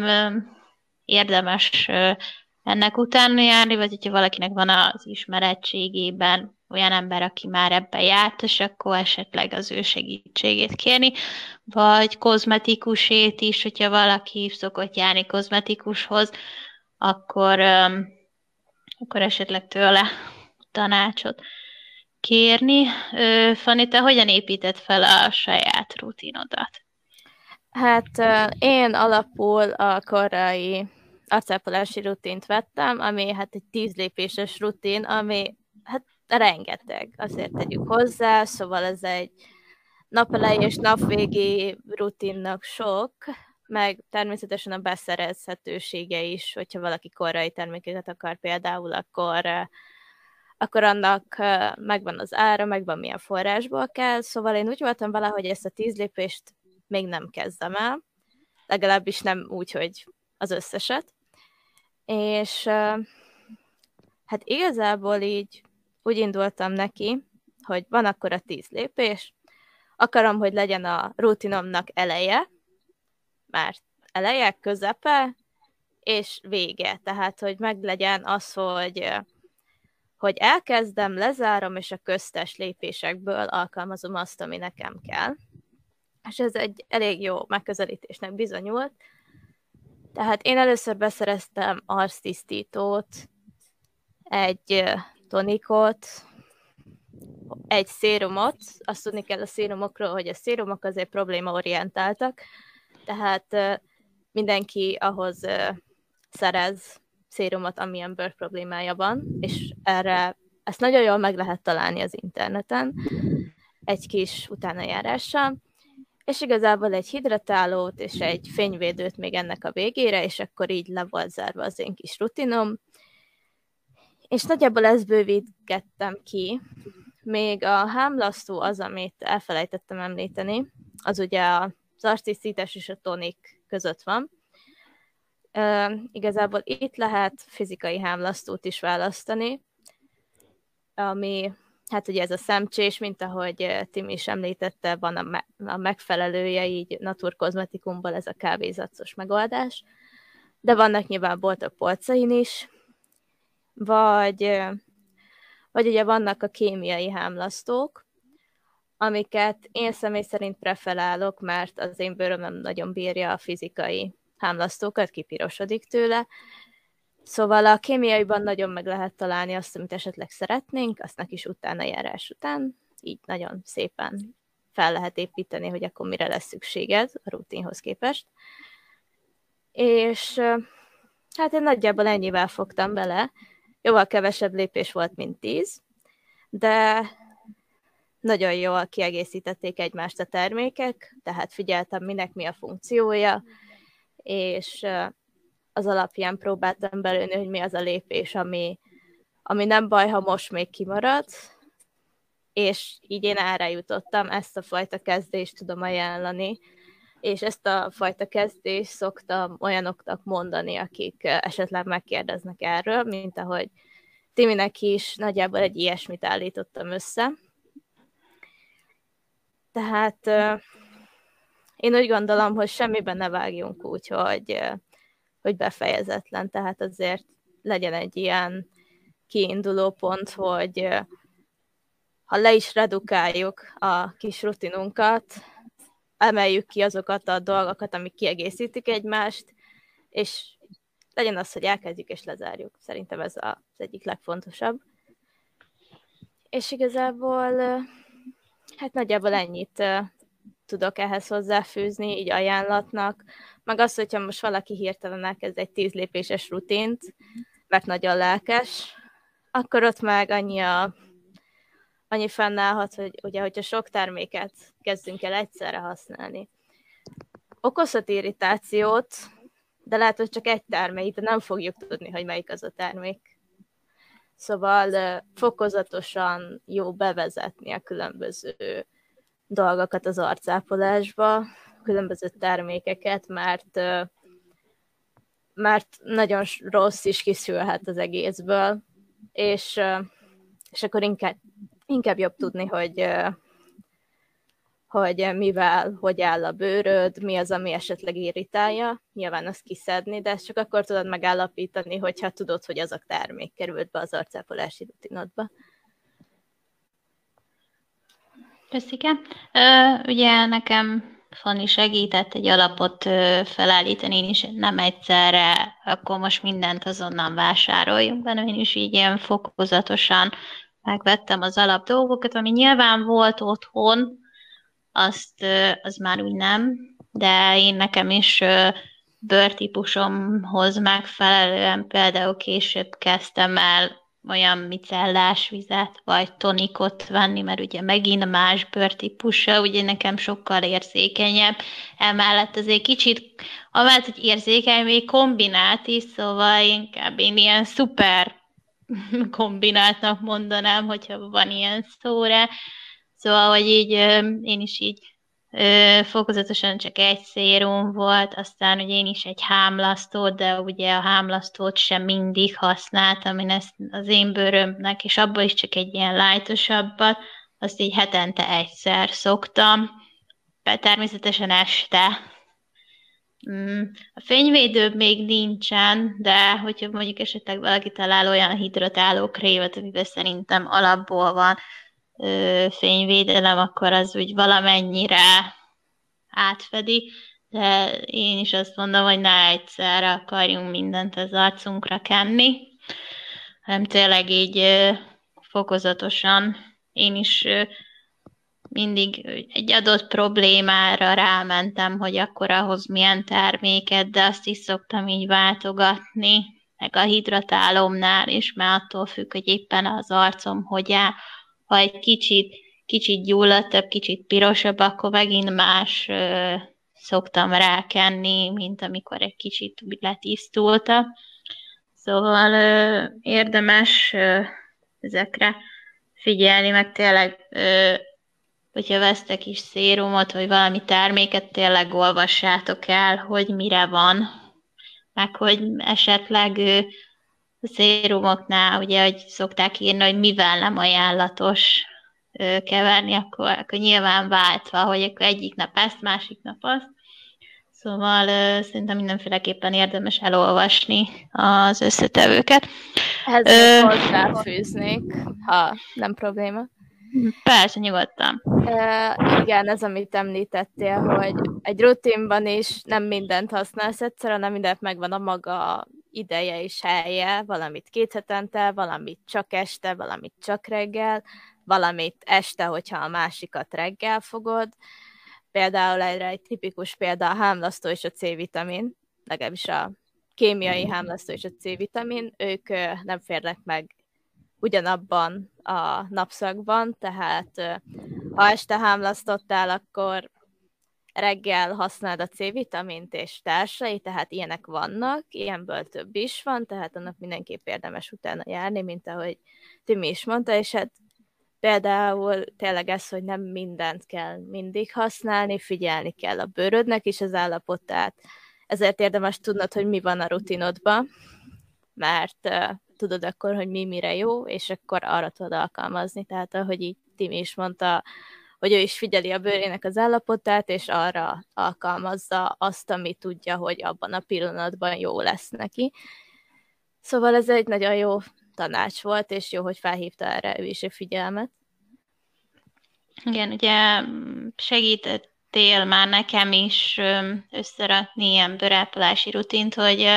érdemes ennek utána járni, vagy hogyha valakinek van az ismerettségében olyan ember, aki már ebben járt, és akkor esetleg az ő segítségét kérni, vagy kozmetikusét is, hogyha valaki szokott járni kozmetikushoz, akkor esetleg tőle tanácsot kérni. Fanni, te hogyan építed fel a saját rutinodat? Hát én alapul a korai arcápolási rutint vettem, ami hát egy 10 lépéses rutin, ami hát rengeteg, azért tegyük hozzá, szóval ez egy napelejé és napvégi rutinnak sok, meg természetesen a beszerezhetősége is, hogyha valaki korai termékeket akar például, akkor annak megvan az ára, megvan milyen forrásból kell, szóval én úgy voltam vele, hogy ezt a 10 lépést még nem kezdem el, legalábbis nem úgy, hogy az összeset. És hát igazából így úgy indultam neki, hogy van akkor a 10 lépés, akarom, hogy legyen a rutinomnak eleje, már eleje, közepe, és vége. Tehát, hogy meglegyen az, hogy elkezdem, lezárom, és a köztes lépésekből alkalmazom azt, ami nekem kell. És ez egy elég jó megközelítésnek bizonyult. Tehát én először beszereztem arctisztítót, egy tonikot, egy szérumot. Azt tudni kell a szérumokról, hogy a szérumok azért problémaorientáltak, tehát mindenki ahhoz szerez szérumot, amilyen bőr problémája van, és ezt nagyon jól meg lehet találni az interneten, egy kis utánajárással, és igazából egy hidratálót és egy fényvédőt még ennek a végére, és akkor így le volt zárva az én kis rutinom, és nagyjából ezt bővítgettem ki. Még a hámlasztó az, amit elfelejtettem említeni, az ugye az arctisztítás és a tonik között van. Igazából itt lehet fizikai hámlasztót is választani, ami, hát ugye ez a szemcsés, mint ahogy Tim is említette, van a megfelelője, így naturkozmetikumból ez a kávézacos megoldás, de vannak nyilván boltok polcain is, vagy ugye vannak a kémiai hámlasztók, amiket én személy szerint preferálok, mert az én bőröm nem nagyon bírja a fizikai hámlasztókat, kipirosodik tőle. Szóval a kémiaiban nagyon meg lehet találni azt, amit esetleg szeretnénk, aztnak is utánajárás után, így nagyon szépen fel lehet építeni, hogy akkor mire lesz szükséged a rutinhoz képest. És hát én nagyjából ennyivel fogtam bele, jóval kevesebb lépés volt, mint 10, de nagyon jól kiegészítették egymást a termékek, tehát figyeltem, minek mi a funkciója, és az alapján próbáltam belőni, hogy mi az a lépés, ami nem baj, ha most még kimarad, és így én erre jutottam, ezt a fajta kezdést tudom ajánlani, és ezt a fajta kezdést szoktam olyanoknak mondani, akik esetleg megkérdeznek erről, mint ahogy Timinek is nagyjából egy ilyesmit állítottam össze. Tehát én úgy gondolom, hogy semmiben ne vágjunk úgy, hogy befejezetlen, tehát azért legyen egy ilyen kiinduló pont, hogy ha le is redukáljuk a kis rutinunkat, emeljük ki azokat a dolgokat, amik kiegészítik egymást, és legyen az, hogy elkezdjük és lezárjuk. Szerintem ez az egyik legfontosabb. És igazából hát nagyjából ennyit tudok ehhez hozzáfűzni, így ajánlatnak. Meg az, hogyha most valaki hirtelen elkezd egy 10 lépéses rutint, mert nagyon lelkes, akkor ott meg annyi fennállhat, hogy ugye, hogyha sok terméket kezdünk el egyszerre használni. Okozhat irritációt, de lehet, hogy csak egy termék, de nem fogjuk tudni, hogy melyik az a termék. Szóval fokozatosan jó bevezetni a különböző dolgokat az arcápolásba, különböző termékeket, mert nagyon rossz is kiszülhet az egészből, és akkor inkább jobb tudni, hogy mivel, hogy áll a bőröd, mi az, ami esetleg irritálja, nyilván azt kiszedni, de ezt csak akkor tudod megállapítani, hogyha tudod, hogy az a termék került be az arcápolási rutinodba. Köszike. Ugye nekem Fanni segített egy alapot felállítani, én is nem egyszerre, akkor most mindent azonnal vásároljunk, hanem én is így ilyen fokozatosan megvettem az alap dolgokat, ami nyilván volt otthon, az már úgy nem, de én nekem is bőrtípusomhoz megfelelően például később kezdtem el olyan micellás vizet, vagy tonikot venni, mert ugye megint más bőrtípusa, ugye nekem sokkal érzékenyebb, emellett azért kicsit, amellett, hogy érzékeny, még kombinált is, szóval inkább én ilyen szuper kombináltnak mondanám, hogyha van ilyen szóra. Szóval, hogy így én is így fokozatosan csak egy szérum volt, aztán ugye én is egy hámlasztót, de ugye a hámlasztót sem mindig használtam, én ezt az én bőrömnek, és abból is csak egy ilyen lájtosabbat, azt így hetente egyszer szoktam, természetesen este. A fényvédő még nincsen, de hogyha mondjuk esetleg valaki talál olyan hidratáló krémet, amiben szerintem alapból van fényvédelem, akkor az úgy valamennyire átfedi, de én is azt mondom, hogy ne egyszerre akarjunk mindent az arcunkra kenni, hanem tényleg így fokozatosan én is mindig egy adott problémára rámentem, hogy akkor ahhoz milyen terméket, de azt is szoktam így váltogatni, meg a hidratálomnál is, mert attól függ, hogy éppen az arcom hogy áll. Ha egy kicsit gyulladtabb, kicsit pirosabb, akkor megint más szoktam rákenni, mint amikor egy kicsit letisztulta. Szóval érdemes ezekre figyelni, meg tényleg hogyha vesztek is szérumot, vagy valami terméket, tényleg olvassátok el, hogy mire van, meg hogy esetleg a szérumoknál, ugye, hogy szokták írni, hogy mivel nem ajánlatos keverni, akkor nyilván váltva, hogy akkor egyik nap ezt, másik nap azt. Szóval szerintem mindenféleképpen érdemes elolvasni az összetevőket. Ehhez még hozzáfűznék, ha nem probléma. Persze, nyugodtan. Igen, ez, amit említettél, hogy egy rutinban is nem mindent használsz egyszer, hanem mindent megvan a maga ideje és helye, valamit 2 hetente, valamit csak este, valamit csak reggel, valamit este, hogyha a másikat reggel fogod. Például egy tipikus példa a hámlasztó és a C-vitamin, legalábbis a kémiai hámlasztó és a C-vitamin, ők nem férnek meg ugyanabban a napszakban, tehát ha este hámlasztottál, akkor reggel használd a C-vitamint és társai, tehát ilyenek vannak, ilyenből több is van, tehát annak mindenképp érdemes utána járni, mint ahogy Timi is mondta, és hát például tényleg ez, hogy nem mindent kell mindig használni, figyelni kell a bőrödnek is az állapotát, ezért érdemes tudnod, hogy mi van a rutinodban, mert tudod akkor, hogy mi mire jó, és akkor arra tudod alkalmazni. Tehát ahogy így Timi is mondta, hogy ő is figyeli a bőrének az állapotát, és arra alkalmazza azt, ami tudja, hogy abban a pillanatban jó lesz neki. Szóval ez egy nagyon jó tanács volt, és jó, hogy felhívta erre ő is a figyelmet. Igen, ugye segítettél már nekem is összerakni ilyen bőrápolási rutint, hogy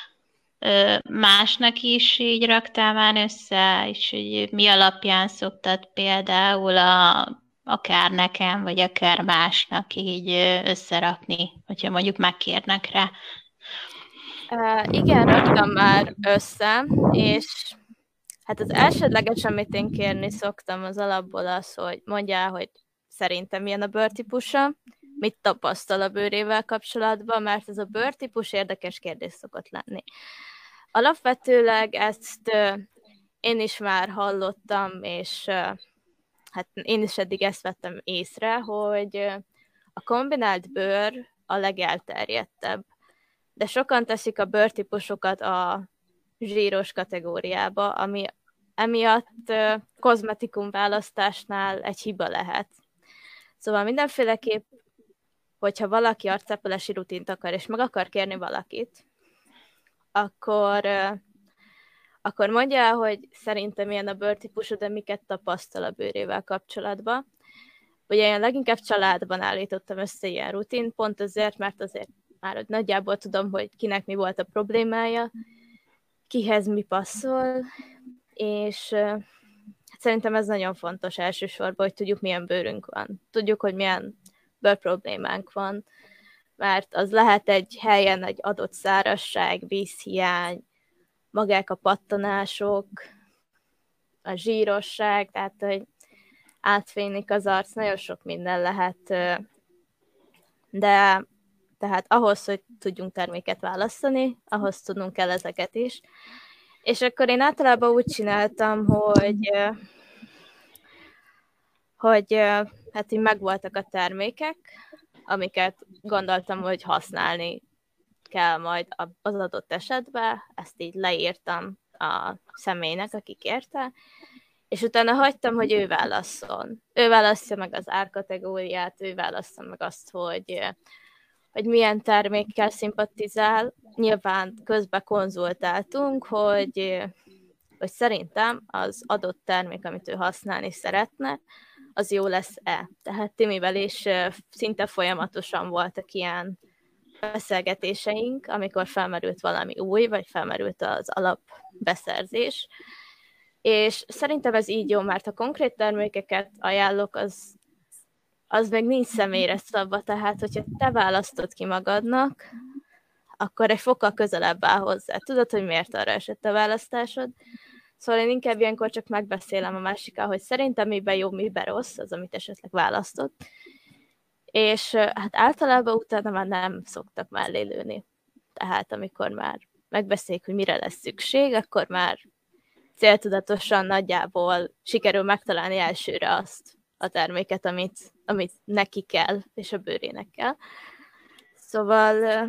másnak is így raktál már össze, és hogy mi alapján szoktad például akár nekem, vagy akár másnak így összerakni, hogyha mondjuk megkérnek rá. Igen, raktam már össze, és hát az elsődleges, amit én kérni szoktam az alapból az, hogy mondjál, hogy szerintem milyen a bőrtípusa, mit tapasztal a bőrével kapcsolatban, mert ez a bőrtípus érdekes kérdés szokott lenni. Alapvetőleg ezt én is már hallottam, és hát én is eddig ezt vettem észre, hogy a kombinált bőr a legelterjedtebb. De sokan teszik a bőrtípusokat a zsíros kategóriába, ami emiatt kozmetikum választásnál egy hiba lehet. Szóval mindenféleképp, hogyha valaki arcápolási rutint akar, és meg akar kérni valakit, akkor mondja el, hogy szerintem milyen a bőrtípusa, de miket tapasztal a bőrével kapcsolatban. Ugye én leginkább családban állítottam össze ilyen rutin, pont azért, mert azért már nagyjából tudom, hogy kinek mi volt a problémája, kihez mi passzol, és Szerintem ez nagyon fontos elsősorban, hogy tudjuk, milyen bőrünk van. Tudjuk, hogy milyen bőrproblémánk van, mert az lehet egy helyen egy adott szárazság, vízhiány, magák a pattanások, a zsírosság, tehát hogy átfénylik az arc, nagyon sok minden lehet, de tehát ahhoz, hogy tudjunk terméket választani, ahhoz tudnunk kell ezeket is. És akkor én általában úgy csináltam, hogy hát így megvoltak a termékek, amiket gondoltam, hogy használni kell majd az adott esetben, ezt így leírtam a személynek, aki kérte, és utána hagytam, hogy ő válasszon. Ő válassza meg az árkategóriát, ő válassza meg azt, hogy milyen termékkel szimpatizál. Nyilván közben konzultáltunk, hogy szerintem az adott termék, amit ő használni szeretne, az jó lesz-e. Tehát Timivel is szinte folyamatosan voltak ilyen beszélgetéseink, amikor felmerült valami új, vagy felmerült az alapbeszerzés. És szerintem ez így jó, mert ha konkrét termékeket ajánlok, az meg nincs személyre szabva, tehát hogyha te választod ki magadnak, akkor egy fokkal közelebb áll hozzá. Tudod, hogy miért arra esett a választásod? Szóval én inkább ilyenkor csak megbeszélem a másikkal, hogy szerintem miben jó, miben rossz az, amit esetleg választott. És hát általában utána már nem szoktak mellé lőni. Tehát amikor már megbeszéljük, hogy mire lesz szükség, akkor már céltudatosan nagyjából sikerül megtalálni elsőre azt a terméket, amit neki kell, és a bőrének kell. Szóval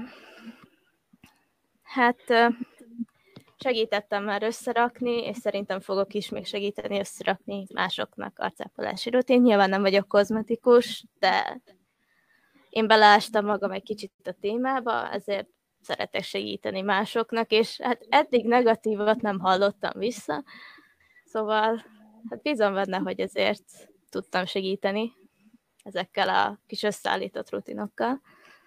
hát segítettem már összerakni, és szerintem fogok is még segíteni összerakni másoknak arcápolási rutin. Nyilván nem vagyok kozmetikus, de én beleástam magam egy kicsit a témába, ezért szeretek segíteni másoknak, és hát eddig negatívat nem hallottam vissza, szóval hát bízom benne, hogy ezért tudtam segíteni ezekkel a kis összeállított rutinokkal.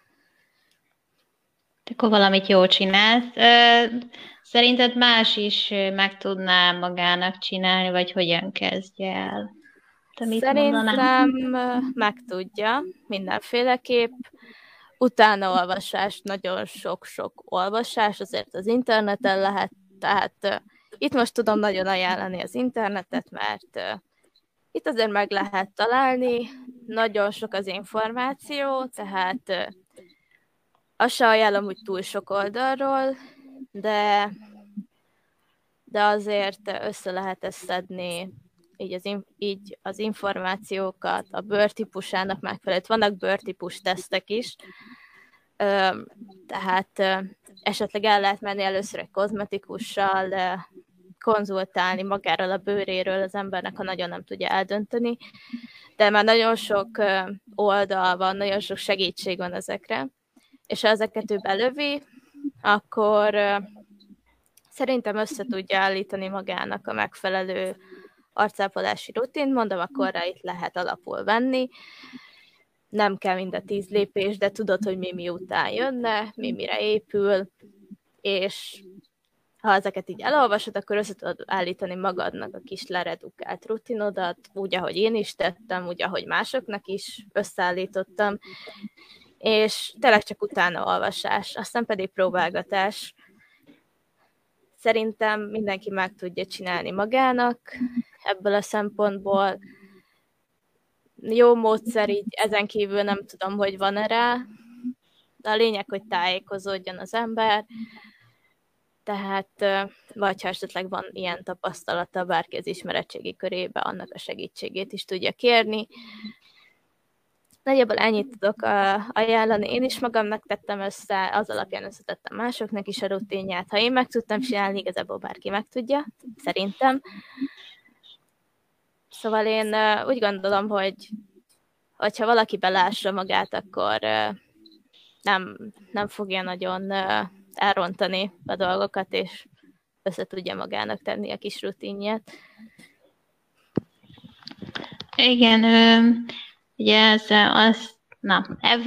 Akkor valamit jól csinálsz. Szerinted más is meg tudná magának csinálni, vagy hogyan kezdje el? Szerintem meg tudja, mindenféleképp. Utána olvasás, nagyon sok-sok olvasás, azért az interneten lehet, tehát itt most tudom nagyon ajánlani az internetet, mert itt azért meg lehet találni, nagyon sok az információ, tehát azt se ajánlom úgy túl sok oldalról, de azért össze lehet ezt szedni, így az információkat, a bőrtípusának megfelelően. Vannak bőrtípus tesztek is, tehát esetleg el lehet menni először egy kozmetikussal, konzultálni magáról a bőréről az embernek, ha nagyon nem tudja eldönteni, de már nagyon sok oldal van, nagyon sok segítség van ezekre, és ha ezeket ő belövi, akkor szerintem össze tudja állítani magának a megfelelő arcápolási rutin, mondom, akkor rá itt lehet alapul venni, nem kell mind a 10 lépés, de tudod, hogy mi után jönne, mi mire épül, és ha ezeket így elolvasod, akkor össze tudod állítani magadnak a kis leredukált rutinodat, úgy, ahogy én is tettem, úgy, ahogy másoknak is összeállítottam, és tényleg csak utána olvasás, aztán pedig próbálgatás. Szerintem mindenki meg tudja csinálni magának ebből a szempontból. Jó módszer így, ezen kívül nem tudom, hogy van-e rá, de a lényeg, hogy tájékozódjon az ember, tehát vagy ha esetleg van ilyen tapasztalata bárki az ismeretségi körébe, annak a segítségét is tudja kérni. Nagyjából ennyit tudok ajánlani. Én is magamnak tettem össze, az alapján összetettem másoknak is a rutinját. Ha én meg tudtam csinálni, igazából bárki meg tudja, szerintem. Szóval én úgy gondolom, hogy ha valaki belássa magát, akkor nem fogja nagyon elrontani a dolgokat, és össze tudja magának tenni a kis rutinját. Igen, ugye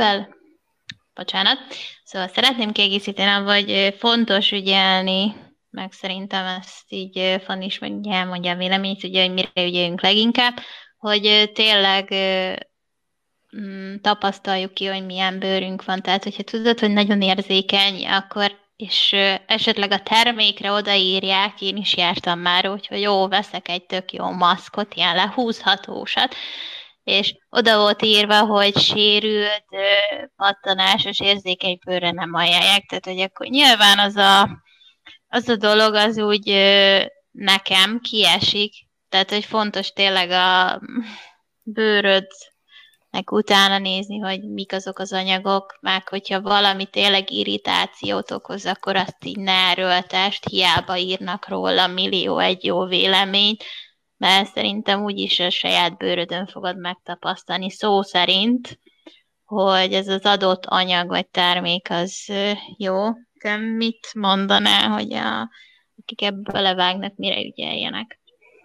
bocsánat, szóval szeretném kiegészíteni, hogy fontos ügyelni meg szerintem ezt így Fanni is elmondja a véleményt, ugye, hogy mire ügyeljünk leginkább, hogy tényleg tapasztaljuk ki, hogy milyen bőrünk van. Tehát, hogyha tudod, hogy nagyon érzékeny, akkor és esetleg a termékre odaírják, én is jártam már úgy, hogy jó, veszek egy tök jó maszkot, ilyen lehúzhatósat, és oda volt írva, hogy sérült, pattanásos, érzékeny bőrre nem ajánlják, tehát hogy akkor nyilván az a dolog az úgy nekem kiesik, tehát hogy fontos tényleg a bőröd meg utána nézni, hogy mik azok az anyagok, meg hogyha valami tényleg irritációt okoz, akkor azt így ne erőltest, hiába írnak róla millió egy jó véleményt, mert szerintem úgyis a saját bőrödön fogod megtapasztalni szó szerint, hogy ez az adott anyag vagy termék az jó. Te mit mondanál, hogy akik ebből belevágnak, mire ügyeljenek?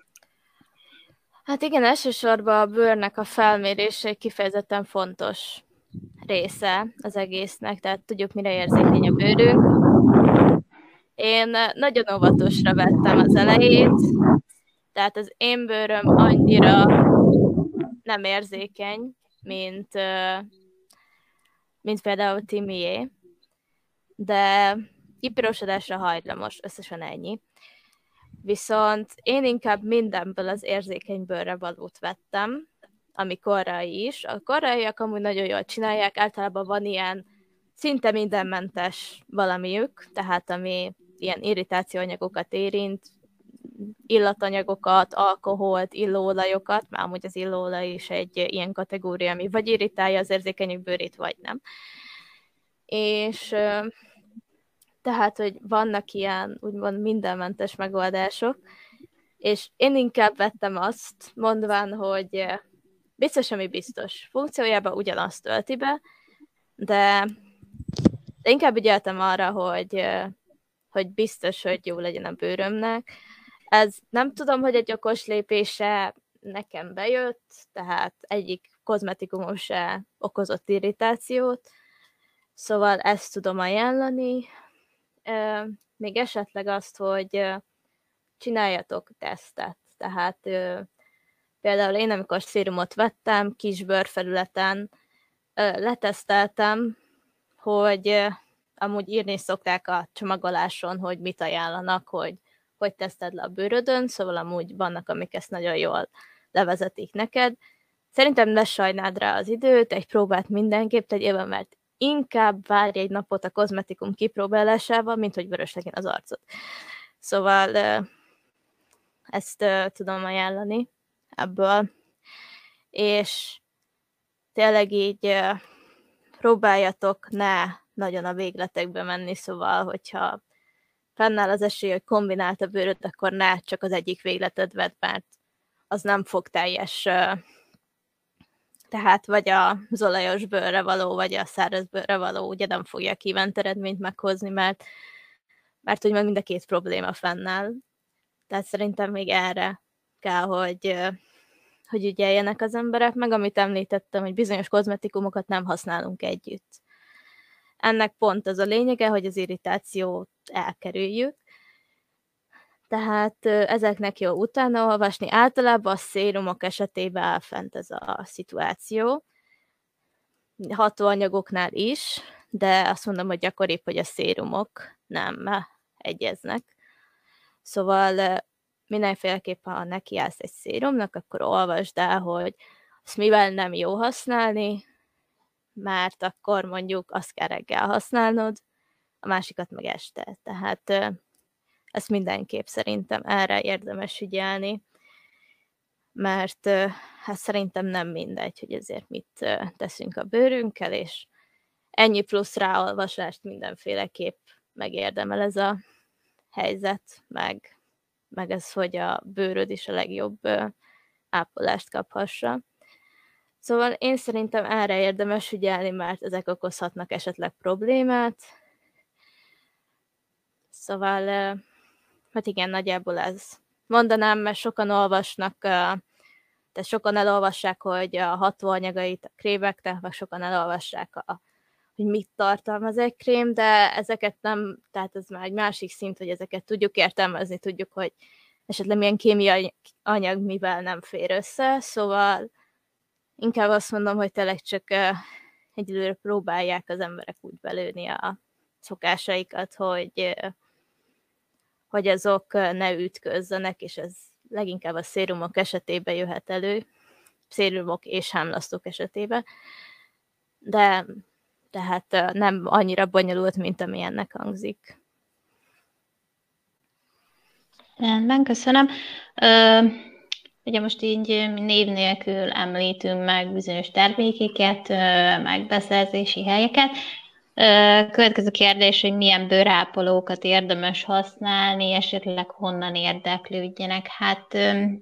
Hát igen, elsősorban a bőrnek a felmérése egy kifejezetten fontos része az egésznek, tehát tudjuk, mire érzékeny a bőrünk. Én nagyon óvatosra vettem az elejét, tehát az én bőröm annyira nem érzékeny, mint például Timié, de kipirosodásra hajlamos, összesen ennyi. Viszont én inkább mindenből az érzékeny bőrre valót vettem, ami korai is. A koraiak amúgy nagyon jól csinálják, általában van ilyen szinte mindenmentes valamiük, tehát ami ilyen irritációanyagokat érint, illatanyagokat, alkoholt, illóolajokat, már amúgy az illóolaj is egy ilyen kategória, ami vagy irritálja az érzékenyek bőrét, vagy nem. És tehát, hogy vannak ilyen úgymond mindenmentes megoldások, és én inkább vettem azt, mondván, hogy biztos, ami biztos. Funkciójában ugyanazt tölti be, de inkább ügyeltem arra, hogy biztos, hogy jó legyen a bőrömnek. Ez nem tudom, hogy egy okos lépése nekem bejött, tehát egyik kozmetikumom se okozott irritációt, szóval ezt tudom ajánlani. Még esetleg azt, hogy csináljatok tesztet. Tehát például én, amikor szérumot vettem, kis bőrfelületen leteszteltem, hogy amúgy írni szokták a csomagoláson, hogy mit ajánlanak, hogy teszted le a bőrödön, szóval amúgy vannak, amik ezt nagyon jól levezetik neked. Szerintem ne sajnáld rá az időt, egy próbát mindenképp tegyél, mert inkább várj egy napot a kozmetikum kipróbálásával, mint hogy vörös legyen az arcod. Szóval ezt tudom ajánlani ebből. És tényleg így próbáljatok ne nagyon a végletekbe menni, szóval, hogyha fennáll az esély, hogy kombinált a bőröd, akkor ne csak az egyik végletet vedd, mert az nem fog teljes, tehát vagy az olajos bőrre való, vagy a száraz bőrre való, ugye nem fogja kívánt eredményt meghozni, mert úgymond mind a két probléma fennáll. Tehát szerintem még erre kell, hogy ügyeljenek az emberek, meg amit említettem, hogy bizonyos kozmetikumokat nem használunk együtt. Ennek pont az a lényege, hogy az irritációt elkerüljük. Tehát ezeknek jó utána olvasni. Általában a szérumok esetében áll fent ez a szituáció. Hatóanyagoknál is, de azt mondom, hogy gyakoribb, hogy a szérumok nem egyeznek. Szóval mindenféleképpen, ha nekiállsz egy szérumnak, akkor olvasd el, hogy azt mivel nem jó használni, mert akkor mondjuk azt kell reggel használnod, a másikat meg este. Tehát ezt mindenképp szerintem erre érdemes ügyelni, mert hát szerintem nem mindegy, hogy ezért mit teszünk a bőrünkkel, és ennyi plusz ráolvasást mindenféleképp megérdemel ez a helyzet, meg ez, hogy a bőröd is a legjobb ápolást kaphassa. Szóval én szerintem erre érdemes ügyelni, mert ezek okozhatnak esetleg problémát. Szóval, hát igen, nagyjából ez. Mondanám, mert sokan olvasnak, tehát sokan elolvassák, hogy a hatóanyagait a krémeknek, meg sokan elolvassák hogy mit tartalmaz egy krém, de ezeket nem, tehát ez már egy másik szint, hogy ezeket tudjuk értelmezni, tudjuk, hogy esetleg milyen kémiai anyag mivel nem fér össze, szóval inkább azt mondom, hogy tényleg csak egyelőre próbálják az emberek úgy belőni a szokásaikat, hogy azok ne ütközzenek, és ez leginkább a szérumok esetében jöhet elő, szérumok és hámlasztók esetében, de tehát nem annyira bonyolult, mint ami ennek hangzik. Rendben, köszönöm. Ugye most így név nélkül említünk meg bizonyos termékeket, meg beszerzési helyeket. Következő kérdés, hogy milyen bőrápolókat érdemes használni, esetleg honnan érdeklődjenek. Hát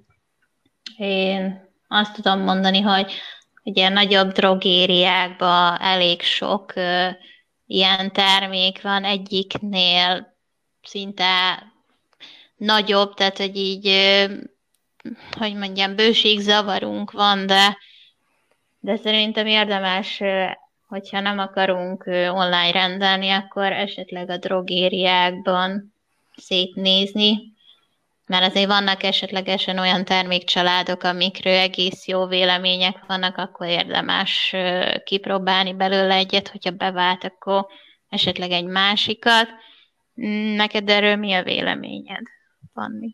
én azt tudom mondani, hogy ugye nagyobb drogériákban elég sok ilyen termék van, egyiknél szinte nagyobb, tehát hogy így, hogy mondjam, bőségzavarunk van, de szerintem érdemes, hogyha nem akarunk online rendelni, akkor esetleg a drogériákban szétnézni, mert azért vannak esetlegesen olyan termékcsaládok, amikről egész jó vélemények vannak, akkor érdemes kipróbálni belőle egyet, hogyha bevált, akkor esetleg egy másikat. Neked erről mi a véleményed, Panni?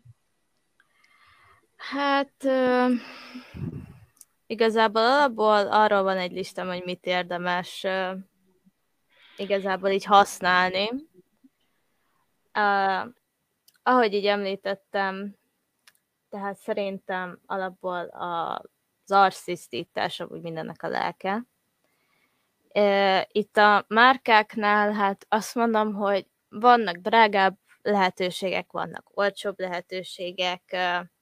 Hát igazából alapból arról van egy listám, hogy mit érdemes igazából így használni. Ahogy így említettem, tehát szerintem alapból az arctisztítás, úgy mindennek a lelke. Itt a márkáknál, hát azt mondom, hogy vannak drágább lehetőségek, vannak olcsóbb lehetőségek.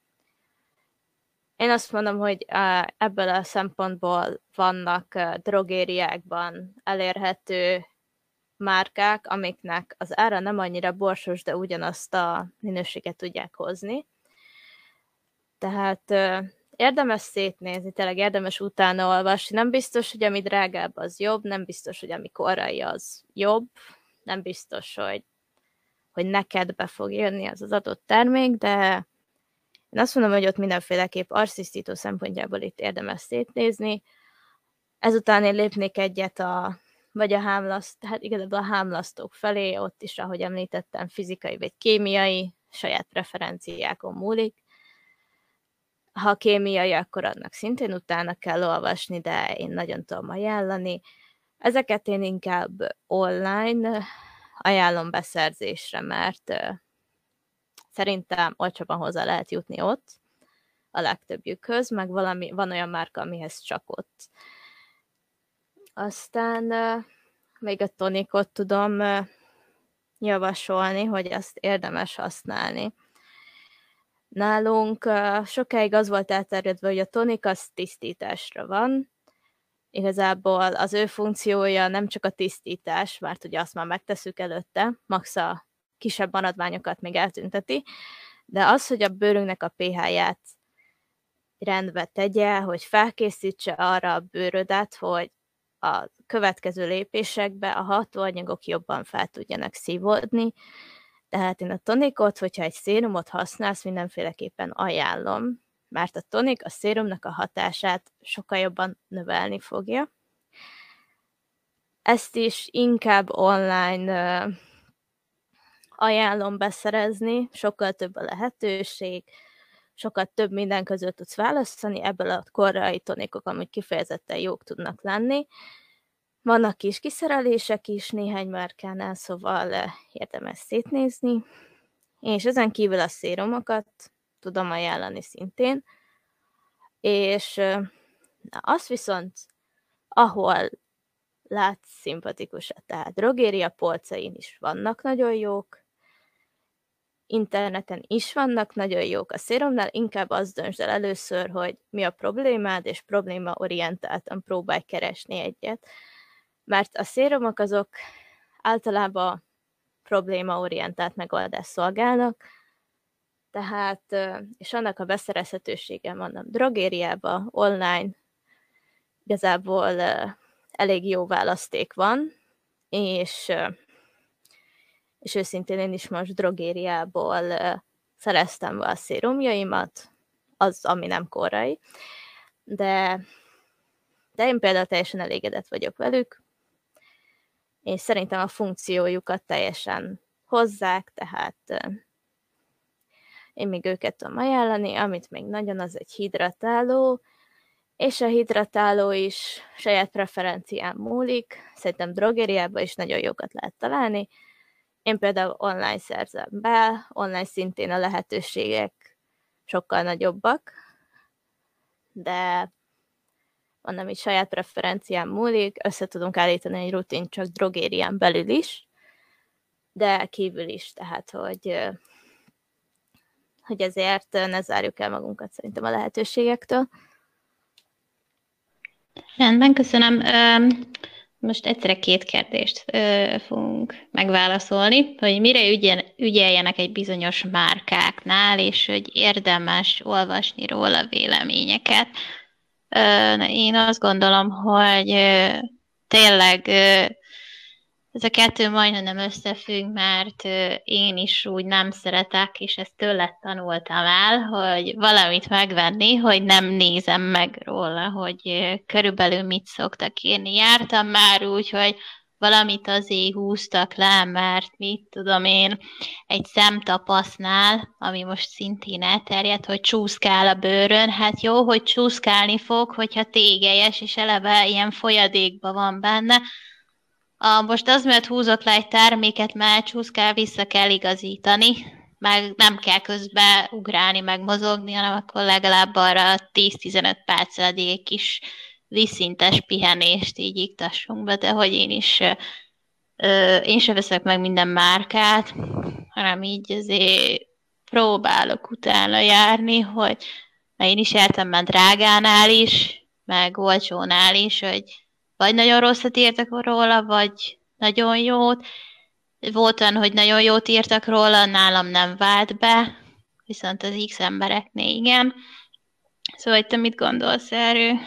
Én azt mondom, hogy ebből a szempontból vannak drogériákban elérhető márkák, amiknek az ára nem annyira borsos, de ugyanazt a minőséget tudják hozni. Tehát érdemes szétnézni, tényleg érdemes utána olvasni. Nem biztos, hogy ami drágább, az jobb, nem biztos, hogy ami korai, az jobb, nem biztos, hogy neked be fog jönni az adott termék, de én azt mondom, hogy ott mindenféleképp arctisztító szempontjából itt érdemes szétnézni. Ezután én lépnék egyet vagy a hát igazából a hámlasztók felé, ott is, ahogy említettem, fizikai vagy kémiai, saját preferenciákon múlik. Ha kémiai, akkor annak szintén utána kell olvasni, de én nagyon tudom ajánlani. Ezeket én inkább online ajánlom beszerzésre, mert szerintem olcsóban hozzá lehet jutni ott, a legtöbbjükhöz, meg van olyan márka, amihez csak ott. Aztán még a tonikot tudom javasolni, hogy azt érdemes használni. Nálunk sokáig az volt elterjedve, hogy a tonik az tisztításra van. Igazából az ő funkciója nem csak a tisztítás, mert ugye azt már megtesszük előtte, max a kisebb maradványokat még eltünteti, de az, hogy a bőrünknek a pH-ját rendbe tegye, hogy felkészítse arra a bőrödet, hogy a következő lépésekbe a hatóanyagok jobban fel tudjanak szívódni. Tehát én a tonikot, hogyha egy szérumot használsz, mindenféleképpen ajánlom, mert a tonik a szérumnak a hatását sokkal jobban növelni fogja. Ezt is inkább online ajánlom beszerezni, sokkal több a lehetőség, sokkal több minden között tudsz választani, ebből a korai tonikok amúgy kifejezetten jók tudnak lenni. Vannak kis kiszerelések is néhány márkánál, szóval érdemes szétnézni. És ezen kívül a szérumokat tudom ajánlani szintén. És azt viszont, ahol látsz szimpatikusat, tehát drogéria polcain is vannak nagyon jók, interneten is vannak nagyon jók a szérumnál, inkább azt döntsd el először, hogy mi a problémád, és problémaorientáltan próbálj keresni egyet. Mert a szérumok azok általában problémaorientált megoldást szolgálnak, tehát, és annak a beszerezhetősége, mondom, drogériába, online igazából elég jó választék van, és őszintén én is most drogériából szereztem be a szérumjaimat, az, ami nem korai, de én például teljesen elégedett vagyok velük, és szerintem a funkciójukat teljesen hozzák, tehát én még őket tudom ajánlani, amit még nagyon az egy hidratáló, és a hidratáló is saját preferencián múlik, szerintem drogériában is nagyon jókat lehet találni. Én például online szerzem be, online szintén a lehetőségek sokkal nagyobbak, de mondom, így saját preferencián múlik, össze tudunk állítani egy rutint csak drogérián belül is, de kívül is, tehát hogy ezért ne zárjuk el magunkat szerintem a lehetőségektől. Rendben, köszönöm. Most egyszerre 2 kérdést fogunk megválaszolni, hogy mire ügyeljenek egy bizonyos márkáknál, és hogy érdemes olvasni róla véleményeket. Én azt gondolom, hogy tényleg ez a 2 majdnem összefügg, mert én is úgy nem szeretek, és ezt tőled tanultam el, hogy valamit megvenni, hogy nem nézem meg róla, hogy körülbelül mit szoktak írni. Jártam már úgy, hogy valamit azért húztak le, mert mit tudom én, egy szemtapasznál, ami most szintén elterjedt, hogy csúszkál a bőrön. Hát jó, hogy csúszkálni fog, hogyha tégelyes, és eleve ilyen folyadékban van benne. Most az, mert húzok le egy terméket, mert csúszkál, vissza kell igazítani, meg nem kell közben ugrálni, meg mozogni, hanem akkor legalább arra 10-15 perccel egy kis vízszintes pihenést így iktassunk be, de hogy én sem veszek meg minden márkát, hanem így azért próbálok utána járni, hogy mert én is jártam már drágánál is, meg olcsónál is, hogy vagy nagyon rosszat írtak róla, vagy nagyon jót. Volt olyan, hogy nagyon jót írtak róla, nálam nem vált be, viszont az X embereknél igen. Szóval, te mit gondolsz erről?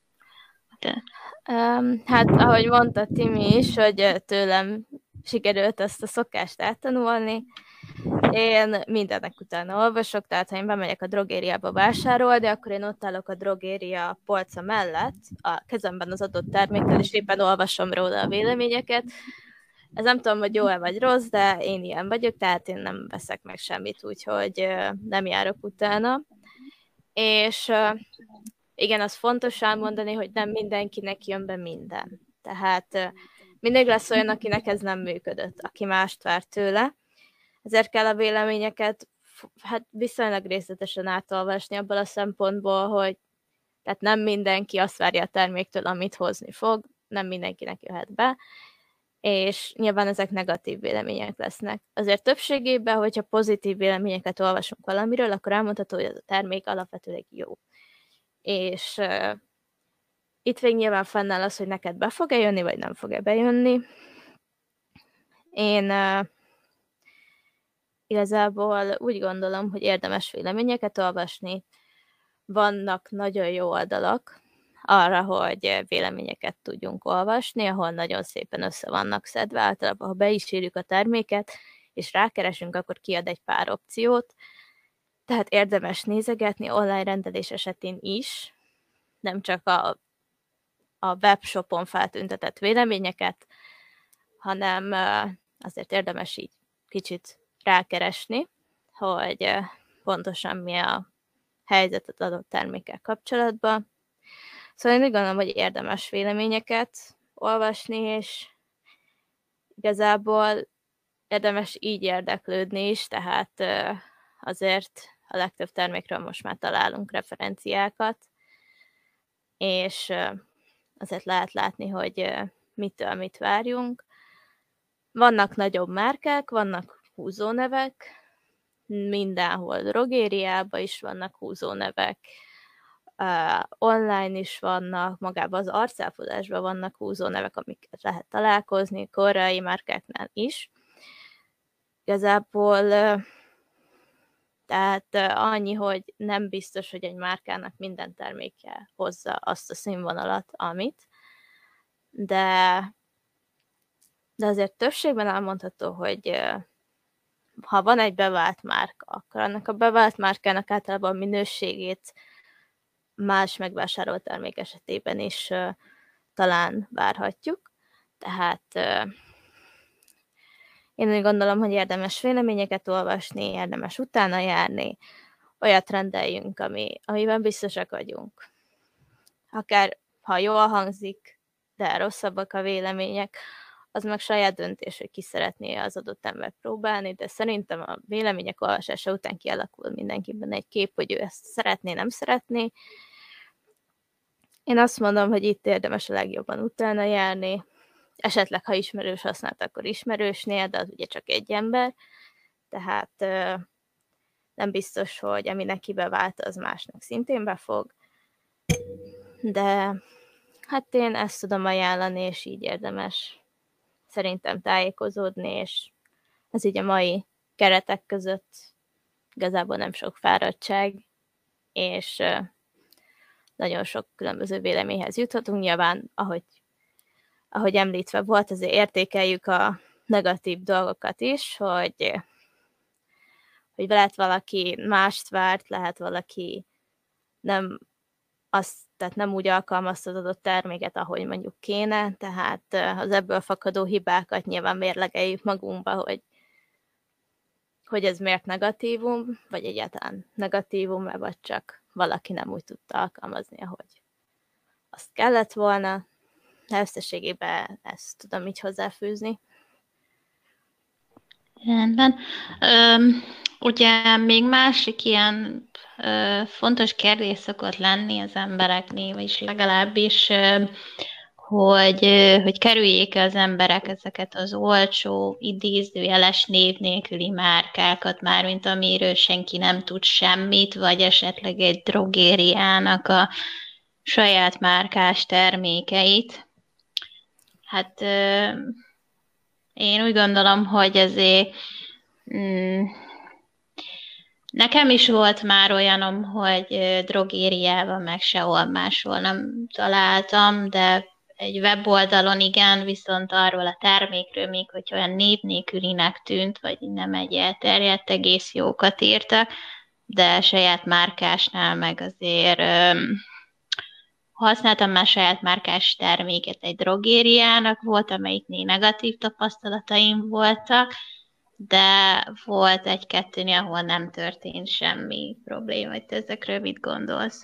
Hát, ahogy mondta Timi is, hogy tőlem sikerült ezt a szokást eltanulni, én mindennek utána olvasok, tehát ha én bemegyek a drogériába vásárolni, akkor én ott állok a drogéria polca mellett, a kezemben az adott termékkel, és éppen olvasom róla a véleményeket. Ez nem tudom, hogy jó-e vagy rossz, de én ilyen vagyok, tehát én nem veszek meg semmit, úgyhogy nem járok utána. És igen, az fontos elmondani, hogy nem mindenkinek jön be minden. Tehát mindig lesz olyan, akinek ez nem működött, aki mást vár tőle. Ezért kell a véleményeket hát viszonylag részletesen átolvasni abból a szempontból, hogy tehát nem mindenki azt várja a terméktől, amit hozni fog, nem mindenkinek jöhet be, és nyilván ezek negatív vélemények lesznek. Azért többségében, hogyha pozitív véleményeket olvasunk valamiről, akkor elmondható, hogy ez a termék alapvetőleg jó. És itt még nyilván fennáll az, hogy neked be fog-e jönni, vagy nem fog-e bejönni. Én igazából úgy gondolom, hogy érdemes véleményeket olvasni. Vannak nagyon jó oldalak arra, hogy véleményeket tudjunk olvasni, ahol nagyon szépen össze vannak szedve. Általában, ha be is írjuk a terméket, és rákeresünk, akkor kiad egy pár opciót. Tehát érdemes nézegetni online rendelés esetén is, nem csak a webshopon feltüntetett véleményeket, hanem azért érdemes így kicsit rákeresni, hogy pontosan mi a helyzet az adott termékkel kapcsolatban. Szóval én úgy gondolom, hogy érdemes véleményeket olvasni, és igazából érdemes így érdeklődni is, tehát azért a legtöbb termékről most már találunk referenciákat, és azért lehet látni, hogy mitől mit várjunk. Vannak nagyobb márkák, vannak húzónevek, mindenhol drogériában is vannak húzónevek, online is vannak, magában az arcápolásban vannak húzónevek, amiket lehet találkozni, koreai márkáknál is. Igazából tehát annyi, hogy nem biztos, hogy egy márkának minden terméke hozza azt a színvonalat, amit, de de azért többségben elmondható, hogy ha van egy bevált márka, akkor annak a bevált márkának általában a minőségét más megvásárolt termék esetében is talán várhatjuk. Tehát én úgy gondolom, hogy érdemes véleményeket olvasni, érdemes utána járni, olyat rendeljünk, amiben biztosak vagyunk. Akár, ha jól hangzik, de rosszabbak a vélemények, az meg saját döntés, hogy ki szeretné az adott ember próbálni, de szerintem a vélemények olvasása után kialakul mindenkiben egy kép, hogy ő ezt szeretné, nem szeretné. Én azt mondom, hogy itt érdemes a legjobban utána járni. Esetleg, ha ismerős használt, akkor ismerősnél, de az ugye csak egy ember. Tehát nem biztos, hogy ami neki bevált, az másnak szintén befog. De hát én ezt tudom ajánlani, és így érdemes szerintem tájékozódni, és ez így a mai keretek között igazából nem sok fáradtság, és nagyon sok különböző véleményhez juthatunk. Nyilván, ahogy említve volt, azért értékeljük a negatív dolgokat is, hogy lehet valaki mást várt, lehet valaki tehát nem úgy alkalmazta az adott terméket, ahogy mondjuk kéne, tehát az ebből fakadó hibákat nyilván mérlegeljük magunkba, hogy ez miért negatívum, vagy egyáltalán negatívum, vagy csak valaki nem úgy tudta alkalmazni, ahogy azt kellett volna. De összességében ezt tudom így hozzáfűzni. Rendben. Ugye még másik ilyen fontos kérdés szokott lenni az embereknél, vagyis legalábbis, hogy kerüljék az emberek ezeket az olcsó, idézőjeles név nélküli márkákat, mármint amiről senki nem tud semmit, vagy esetleg egy drogériának a saját márkás termékeit. Hát én úgy gondolom, hogy ezért nekem is volt már olyanom, hogy drogériában meg sehol máshol nem találtam, de egy weboldalon igen, viszont arról a termékről még, hogy olyan név nélkülinek tűnt, vagy nem egy elterjedt, egész jókat írtak, de saját márkásnál meg azért használtam már saját márkás terméket egy drogériának, volt, amelyiknél negatív tapasztalataim voltak, de volt egy-kettőnél, ahol nem történt semmi probléma, hogy te ezekről mit gondolsz?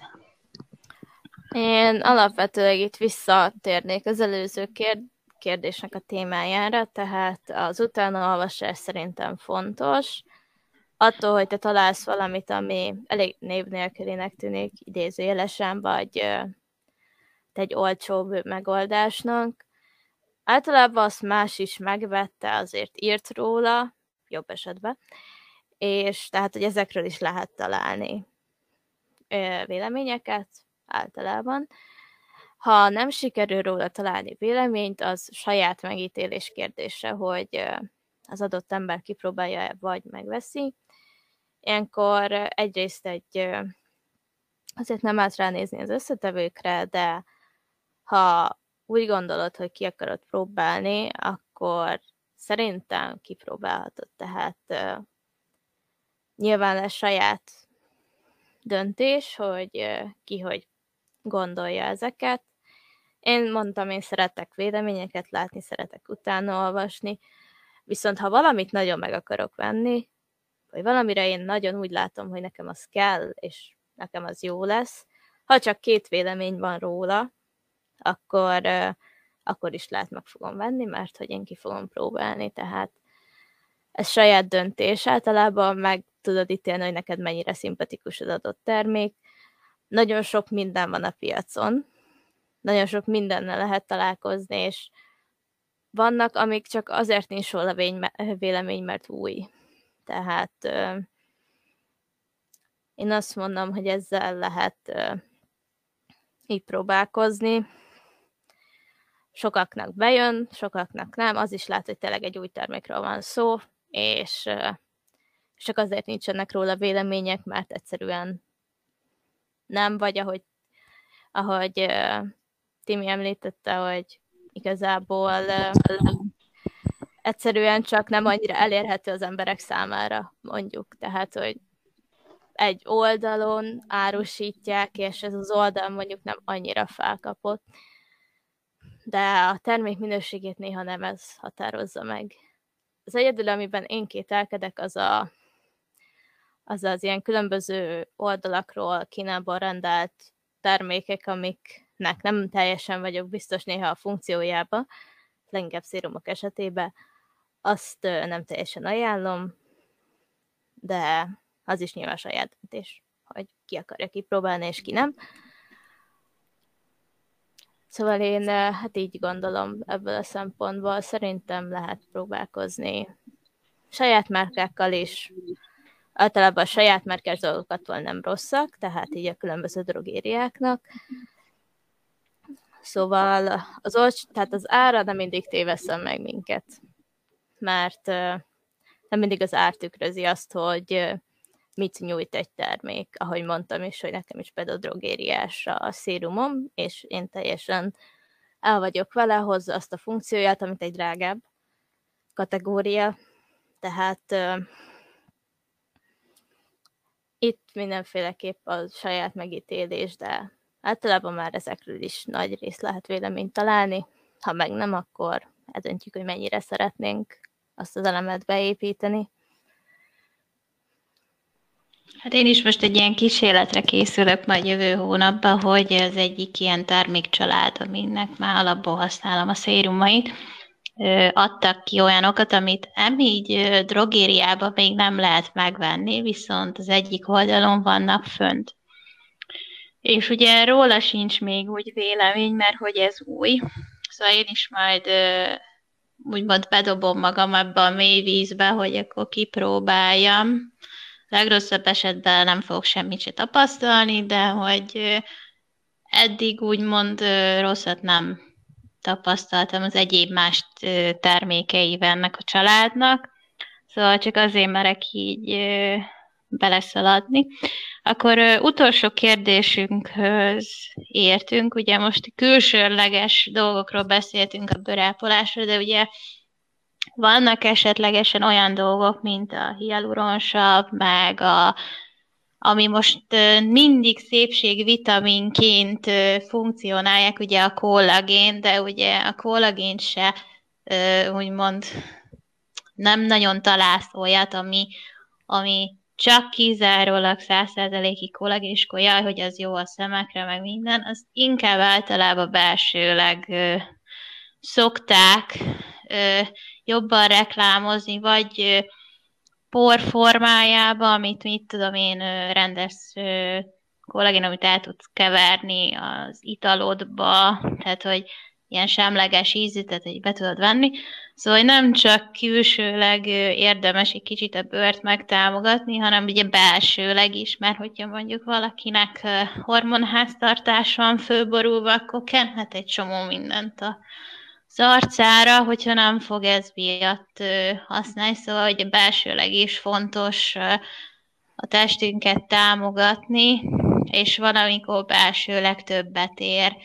Én alapvetően itt visszatérnék az előző kérdésnek a témájára, tehát az utánaolvasás szerintem fontos. Attól, hogy te találsz valamit, ami elég név nélkülinek tűnik idézőjelesen, vagy egy olcsóbb megoldásnak, általában azt más is megvette, azért írt róla, jobb esetben, és tehát, hogy ezekről is lehet találni véleményeket általában. Ha nem sikerül róla találni véleményt, az saját megítélés kérdése, hogy az adott ember kipróbálja vagy megveszi. Ilyenkor egyrészt azért nem állt ránézni az összetevőkre, de ha úgy gondolod, hogy ki akarod próbálni, akkor szerintem kipróbálhatod. Tehát nyilván ez saját döntés, hogy ki hogy gondolja ezeket. Én mondtam, én szeretek véleményeket látni, szeretek utána olvasni, viszont ha valamit nagyon meg akarok venni, vagy valamire én nagyon úgy látom, hogy nekem az kell, és nekem az jó lesz, ha csak 2 vélemény van róla, akkor is lehet meg fogom venni, mert hogy én ki fogom próbálni, tehát ez saját döntés. Általában meg tudod ítélni, hogy neked mennyire szimpatikus az adott termék. Nagyon sok minden van a piacon, nagyon sok mindennel lehet találkozni, és vannak, amik csak azért nincs róla vélemény, mert új. Tehát én azt mondom, hogy ezzel lehet így próbálkozni. Sokaknak bejön, sokaknak nem, az is lehet, hogy tényleg egy új termékről van szó, és csak azért nincsenek róla vélemények, mert egyszerűen nem, vagy ahogy Timi említette, hogy igazából egyszerűen csak nem annyira elérhető az emberek számára, mondjuk. Tehát, hogy egy oldalon árusítják, és ez az oldal mondjuk nem annyira felkapott. De a termék minőségét néha nem ez határozza meg. Az egyedül, amiben én kételkedek, az ilyen különböző oldalakról Kínából rendelt termékek, amiknek nem teljesen vagyok biztos néha a funkciójába, leginkább szérumok esetében, azt nem teljesen ajánlom, de az is nyilván saját döntés, hogy ki akarja kipróbálni, és ki nem. Szóval én hát így gondolom ebből a szempontból. Szerintem lehet próbálkozni saját márkákkal is. Általában a saját márkás dolgoktól nem rosszak, tehát így a különböző drogériáknak. Szóval tehát az ára nem mindig téveszem meg minket, mert nem mindig az ár tükrözi azt, hogy mit nyújt egy termék. Ahogy mondtam is, hogy nekem is pedodrogériás a szérumom, és én teljesen el vagyok vele, hozza azt a funkcióját, amit egy drágább kategória. Tehát itt mindenféleképp a saját megítélés, de általában már ezekről is nagy részt lehet véleményt találni. Ha meg nem, akkor eldöntjük, hogy mennyire szeretnénk azt az elemet beépíteni. Hát én is most egy ilyen kísérletre készülök majd jövő hónapban, hogy az egyik ilyen termékcsalád, aminek már alapból használom a szérumait, adtak ki olyanokat, amit így drogériában még nem lehet megvenni, viszont az egyik oldalon vannak fönt. És ugye róla sincs még úgy vélemény, mert hogy ez új. Szóval én is majd úgymond bedobom magam ebbe a mély vízbe, hogy akkor kipróbáljam. Legrosszabb esetben nem fogok semmit se tapasztalni, de hogy eddig úgymond rosszat nem tapasztaltam az egyéb más termékeivel ennek a családnak. Szóval csak azért merek így beleszaladni. Akkor utolsó kérdésünkhöz értünk. Ugye most külsőleges dolgokról beszéltünk a bőrápolásról, de ugye vannak esetlegesen olyan dolgok, mint a hialuronsav, meg ami most mindig szépségvitaminként funkcionálják, ugye a kollagén, de ugye a kollagén se úgymond nem nagyon találsz olyat, ami csak kizárólag 100%-ig kollagén, és akkor jaj, hogy az jó a szemekre, meg minden, az inkább általában belsőleg szokták jobban reklámozni, vagy por formájába, amit mit tudom én, rendes kollagén, amit el tudsz keverni az italodba, tehát hogy ilyen semleges ízű, tehát hogy be tudod venni. Szóval nem csak külsőleg érdemes egy kicsit a bőrt megtámogatni, hanem ugye belsőleg is, mert hogyha mondjuk valakinek hormonháztartás van fölborulva, akkor kenhet egy csomó mindent az arcára, hogyha nem fog ez miatt használni, szóval hogy belsőleg is fontos a testünket támogatni, és van, amikor belsőleg többet ér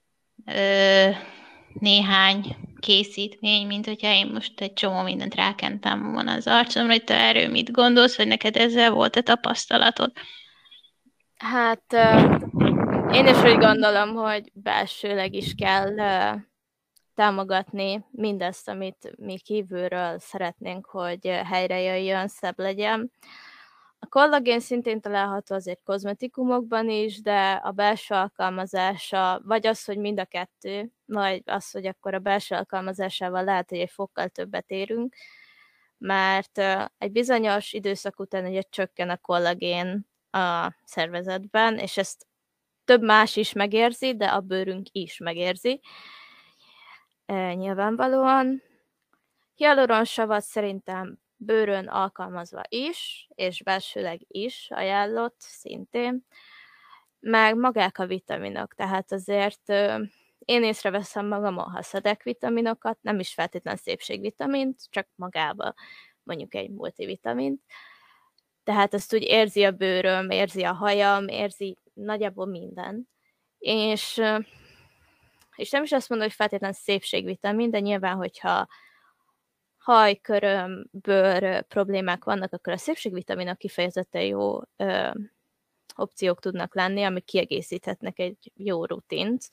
néhány készítmény, mint hogyha én most egy csomó mindent rákentem volna az arcomra, hogy te erről mit gondolsz, hogy neked ezzel volt a tapasztalatod? Hát én is úgy gondolom, hogy belsőleg is kell támogatni mindezt, amit mi kívülről szeretnénk, hogy helyre jöjjön, szebb legyen. A kollagén szintén található azért kozmetikumokban is, de a belső alkalmazása, vagy az, hogy mind a kettő, vagy az, hogy akkor a belső alkalmazásával lehet, hogy egy fokkal többet érünk, mert egy bizonyos időszak után ugye csökken a kollagén a szervezetben, és ezt több más is megérzi, de a bőrünk is megérzi. Nyilvánvalóan. Hialuronsavat szerintem bőrön alkalmazva is, és belsőleg is ajánlott szintén, meg magák a vitaminok, tehát azért én észreveszem magamon, ha szedek vitaminokat, nem is feltétlenül szépségvitamint, csak magába mondjuk egy multivitamint, tehát azt úgy érzi a bőröm, érzi a hajam, érzi nagyjából minden. És nem is azt mondom, hogy feltétlenül szépségvitamin, de nyilván, hogyha hajköröm, bőr problémák vannak, akkor a szépségvitaminok kifejezetten jó opciók tudnak lenni, amik kiegészíthetnek egy jó rutint.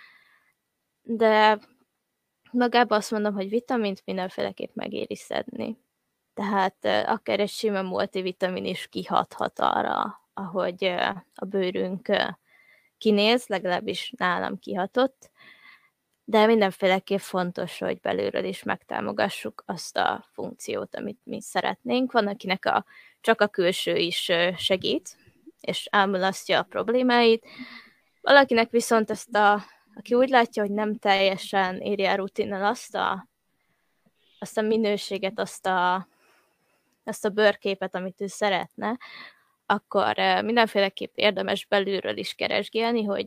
De magában azt mondom, hogy vitamint mindenféleképp megéri szedni. Tehát akár egy sima multivitamin is kihathat arra, ahogy a bőrünk kinéz, legalábbis nálam kihatott. De mindenféleképp fontos, hogy belülről is megtámogassuk azt a funkciót, amit mi szeretnénk. Van, akinek csak a külső is segít, és elmulasztja a problémáit. Valakinek viszont aki úgy látja, hogy nem teljesen éri el rutinnal azt a minőséget, azt a bőrképet, amit ő szeretne, akkor mindenféleképp érdemes belülről is keresgélni, hogy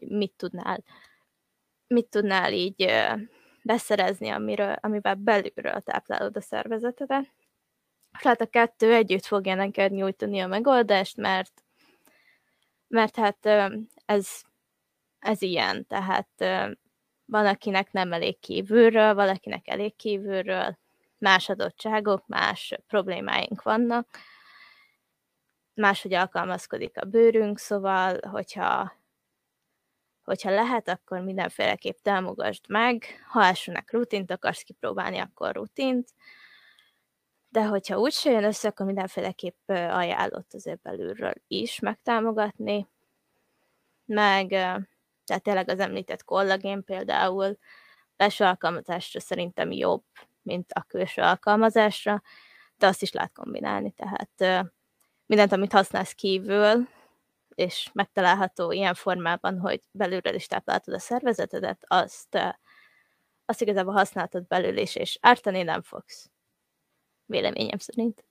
mit tudnál így beszerezni, amivel belülről táplálod a szervezetedet. Hát a kettő együtt fogja neked nyújtani a megoldást, mert hát ez ilyen, tehát van, akinek nem elég kívülről, valakinek elég kívülről, más adottságok, más problémáink vannak, máshogy alkalmazkodik a bőrünk, szóval, hogyha lehet, akkor mindenféleképp támogasd meg, ha elsőnek rutint akarsz kipróbálni, akkor rutint, de hogyha úgy se jön össze, akkor mindenféleképp ajánlott azért belülről is megtámogatni, meg tehát tényleg az említett kollagén például belső alkalmazásra szerintem jobb, mint a külső alkalmazásra, de azt is lehet kombinálni, tehát mindent, amit használsz kívül, és megtalálható ilyen formában, hogy belülről is tápláltad a szervezetedet, azt igazából használtad belül is, és ártani nem fogsz. Véleményem szerint.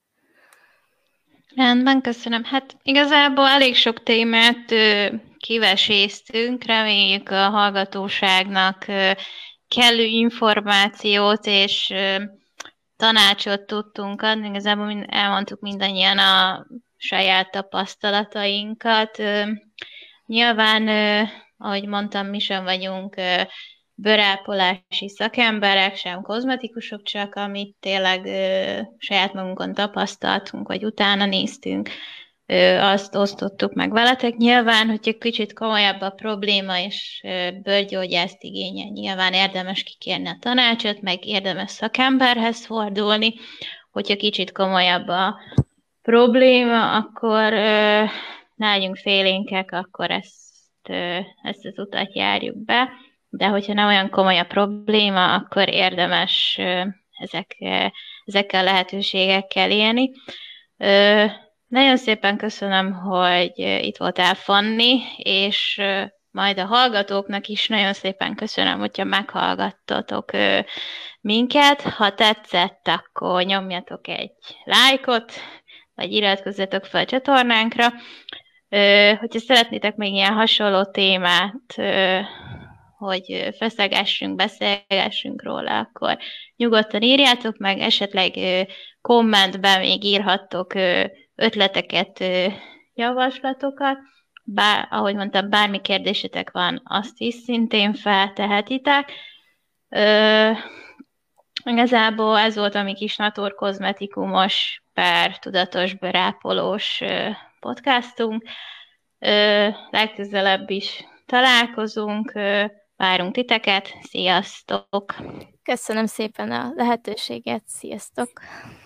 Rendben, köszönöm. Hát igazából elég sok témát kiveséztünk, reméljük a hallgatóságnak kellő információt és tanácsot tudtunk adni. Igazából elmondtuk mindannyian a saját tapasztalatainkat. Nyilván, ahogy mondtam, mi sem vagyunk bőrápolási szakemberek, sem kozmetikusok, csak amit tényleg saját magunkon tapasztaltunk, vagy utána néztünk, azt osztottuk meg veletek. Nyilván, hogyha kicsit komolyabb a probléma, és bőrgyógyászt igényel, nyilván érdemes kikérni a tanácsot, meg érdemes szakemberhez fordulni. Hogyha kicsit komolyabb a probléma, akkor ne legyünk félénkek, akkor ezt az utat járjuk be. De hogyha nem olyan komoly a probléma, akkor érdemes ezekkel a lehetőségekkel élni. Nagyon szépen köszönöm, hogy itt voltál, Fanni, és majd a hallgatóknak is nagyon szépen köszönöm, hogyha meghallgattatok minket. Ha tetszett, akkor nyomjatok egy lájkot, vagy iratkozzatok fel a csatornánkra. Hogyha szeretnétek még ilyen hasonló témát, hogy feszegessünk, beszélgessünk róla, akkor nyugodtan írjátok meg, esetleg kommentben még írhattok ötleteket, javaslatokat. Ahogy mondtam, bármi kérdésetek van, azt is szintén feltehetitek. Igazából ez volt a mi kis naturkozmetikumos per tudatos bőrápolós podcastunk. Legközelebb is találkozunk, várunk titeket, sziasztok! Köszönöm szépen a lehetőséget, sziasztok!